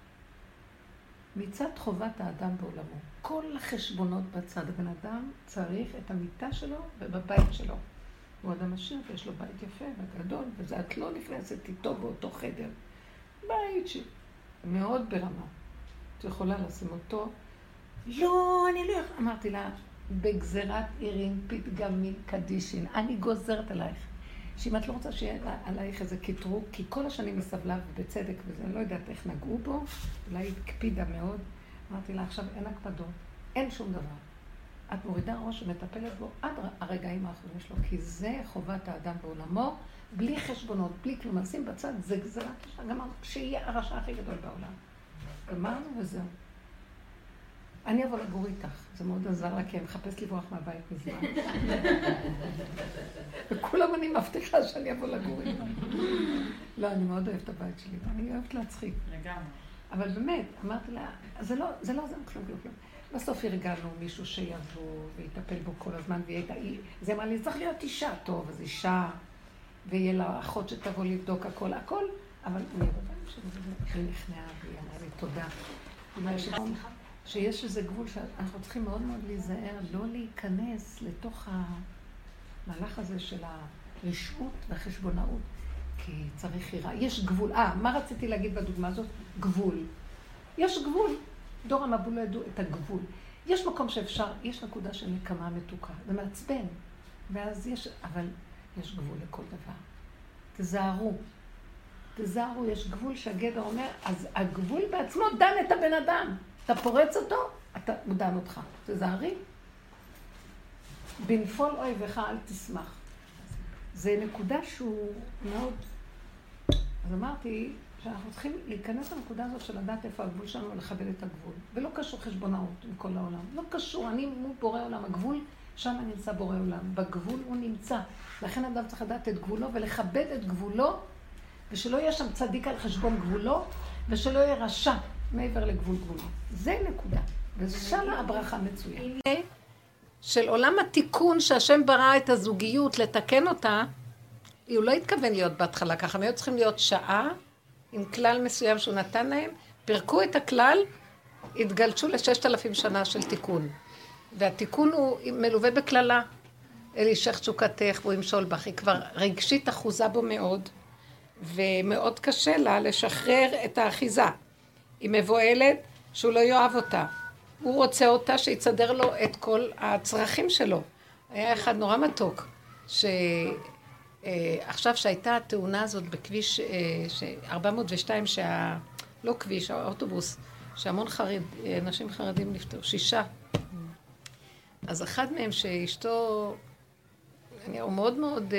מצד חובת האדם בעולמו, כל החשבונות בצד, הבן אדם צריך את המיטה שלו ובבית שלו. הוא אדם עשיר ויש לו בית יפה וגדול, וזה את לא נכנסת איתו באותו חדר. בית שמאוד ברמה. את יכולה לשים אותו. לא, אני לא יכולה. אמרתי לה, בגזרת עירים פתגמים קדישין, אני גוזרת עלייך. שאם את לא רוצה שיהיה עלייך איזה קטרוג, כי כל השנים מסבלה ובצדק וזה, אני לא יודעת איך נגעו בו, אולי היא הקפידה מאוד. אמרתי לה, עכשיו אין הקפדות, אין שום דבר. את מורידה ראש ומטפלת בו עד הרגעים האחרונים שלו, כי זה חובת האדם בעולמו, בלי חשבונות, בלי כלום, נשים בצד, זה גזרת קשה, גם שיהיה הרשע הכי גדול בעולם. גמרנו וזהו. אני אבוא לגור איתך, זה מאוד עזר לה, כי אני מחפש לברוח מהבית מזמן. וכולם אני מבטיחה שאני אבוא לגור איתך. לא, אני מאוד אוהבת את הבית שלי, ואני אוהבת להצחיק. לגמרי. אבל באמת, אמרתי לה, זה לא, זה לא, זה לא כלום, כלום, כלום. בסוף הרגלנו מישהו שיבוא ויטפל בו כל הזמן, והיא הייתה, זה אמרה לי, צריך להיות אישה, טוב, אז אישה, ויהיה לה אחות שתבוא לבדוק הכל, הכל, אבל אני רואה שהיא נכנעה, והיא אמרה לי, תודה. שיש איזה גבול שאנחנו צריכים מאוד מאוד להיזהר, לא להיכנס לתוך המהלך הזה של הרשעות והחשבונאות, כי צריך יראה. יש גבול. אה, מה רציתי להגיד בדוגמה הזאת? גבול. יש גבול. דור המבול לא ידעו את הגבול. יש מקום שאפשר, יש נקודה של נקמה מתוקה. זה מעצבן. ואז יש, אבל יש גבול לכל דבר. תזהרו. תזהרו, יש גבול שהגדר אומר, אז הגבול בעצמו דן את הבן אדם. אתה פורץ אותו, אתה, הוא דן אותך. תזהרי. בנפול אויבך אל תשמח. זה נקודה שהוא מאוד... אז אמרתי שאנחנו צריכים להיכנס לנקודה הזאת של לדעת איפה הגבול שלנו ולכבד את הגבול. ולא קשור חשבונאות עם כל העולם. לא קשור, אני מול בורא עולם. הגבול, שם נמצא בורא עולם. בגבול הוא נמצא. לכן אדם צריך לדעת את גבולו ולכבד את גבולו, ושלא יהיה שם צדיק על חשבון גבולו, ושלא יהיה רשע מעבר לגבול גבולו. זה נקודה. ושם הברכה מצויה. של עולם התיקון שהשם ברא את הזוגיות, לתקן אותה, הוא לא התכוון להיות בהתחלה ככה, הם היו צריכים להיות שעה עם כלל מסוים שהוא נתן להם, פרקו את הכלל, התגלשו לששת אלפים שנה של תיקון. והתיקון הוא מלווה בכללה. אלי שך תשוקתך והוא ימשול בך, היא כבר רגשית אחוזה בו מאוד, ומאוד קשה לה לשחרר את האחיזה. היא מבועלת שהוא לא יאהב אותה. הוא רוצה אותה שיצדר לו את כל הצרכים שלו. היה אחד נורא מתוק, שעכשיו שהייתה התאונה הזאת בכביש ארבע מאות ושתיים, שה... לא כביש, האוטובוס, שהמון חרד, נשים חרדים נפטרו, שישה. אז אחד מהם שאשתו, הוא מאוד מאוד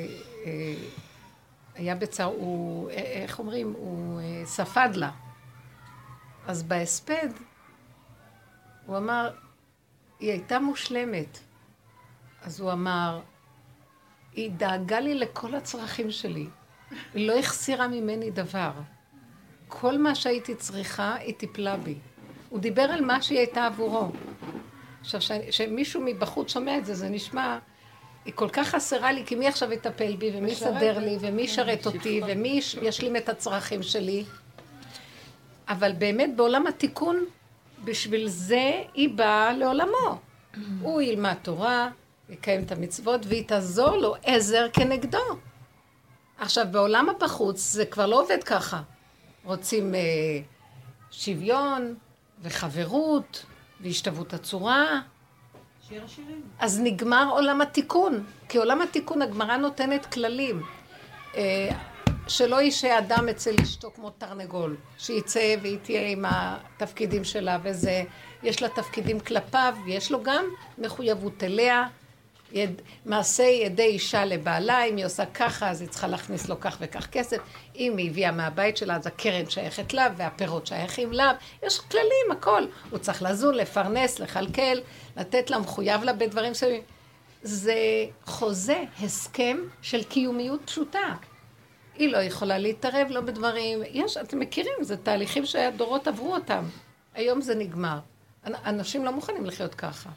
היה בצער, הוא, איך אומרים, הוא ספד לה. אז בהספד, הוא אמר, היא הייתה מושלמת. אז הוא אמר, היא דאגה לי לכל הצרכים שלי. היא לא החסירה ממני דבר. כל מה שהייתי צריכה, היא טיפלה בי. הוא דיבר על מה שהיא הייתה עבורו. עכשיו, שמישהו מבחוץ שומע את זה, זה נשמע, היא כל כך חסרה לי, כי מי עכשיו יטפל בי, ומי יסדר לי, ומי ישרת אותי, ומי ישלים את הצרכים שלי. אבל באמת, בעולם התיקון, בשביל זה היא באה לעולמו. הוא ילמד תורה, יקיים את המצוות, והיא תעזור לו עזר כנגדו. עכשיו, בעולם הבחוץ זה כבר לא עובד ככה. רוצים אה, שוויון וחברות והשתוות הצורה. שיר השירים. אז נגמר עולם התיקון, כי עולם התיקון הגמרא נותנת כללים. אה, שלא יישא אדם אצל אשתו כמו תרנגול, שיצא והיא תהיה עם התפקידים שלה וזה, יש לה תפקידים כלפיו, יש לו גם מחויבות אליה, יד, מעשה ידי אישה לבעלה, אם היא עושה ככה אז היא צריכה להכניס לו כך וכך כסף, אם היא הביאה מהבית שלה אז הקרן שייכת לה והפירות שייכים לה, יש כללים, הכל, הוא צריך לזון, לפרנס, לחלקל, לתת לה, מחויב לה בדברים שלי, זה חוזה, הסכם של קיומיות פשוטה. היא לא יכולה להתערב לא בדברים, יש, אתם מכירים, זה תהליכים שהדורות עברו אותם. היום זה נגמר. אנשים לא מוכנים לחיות ככה.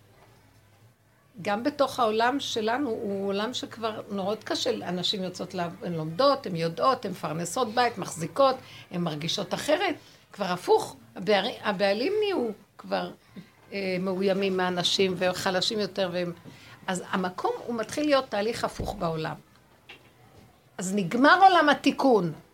גם בתוך העולם שלנו, הוא עולם שכבר נוראות קשה, אנשים יוצאות, לה, הן לומדות, הן יודעות, הן מפרנסות בית, מחזיקות, הן מרגישות אחרת. כבר הפוך, הבעלים, הבעלים נהיו כבר אה, מאוימים מהאנשים וחלשים יותר. והם... אז המקום הוא מתחיל להיות תהליך הפוך בעולם. אז נגמר עולם התיקון.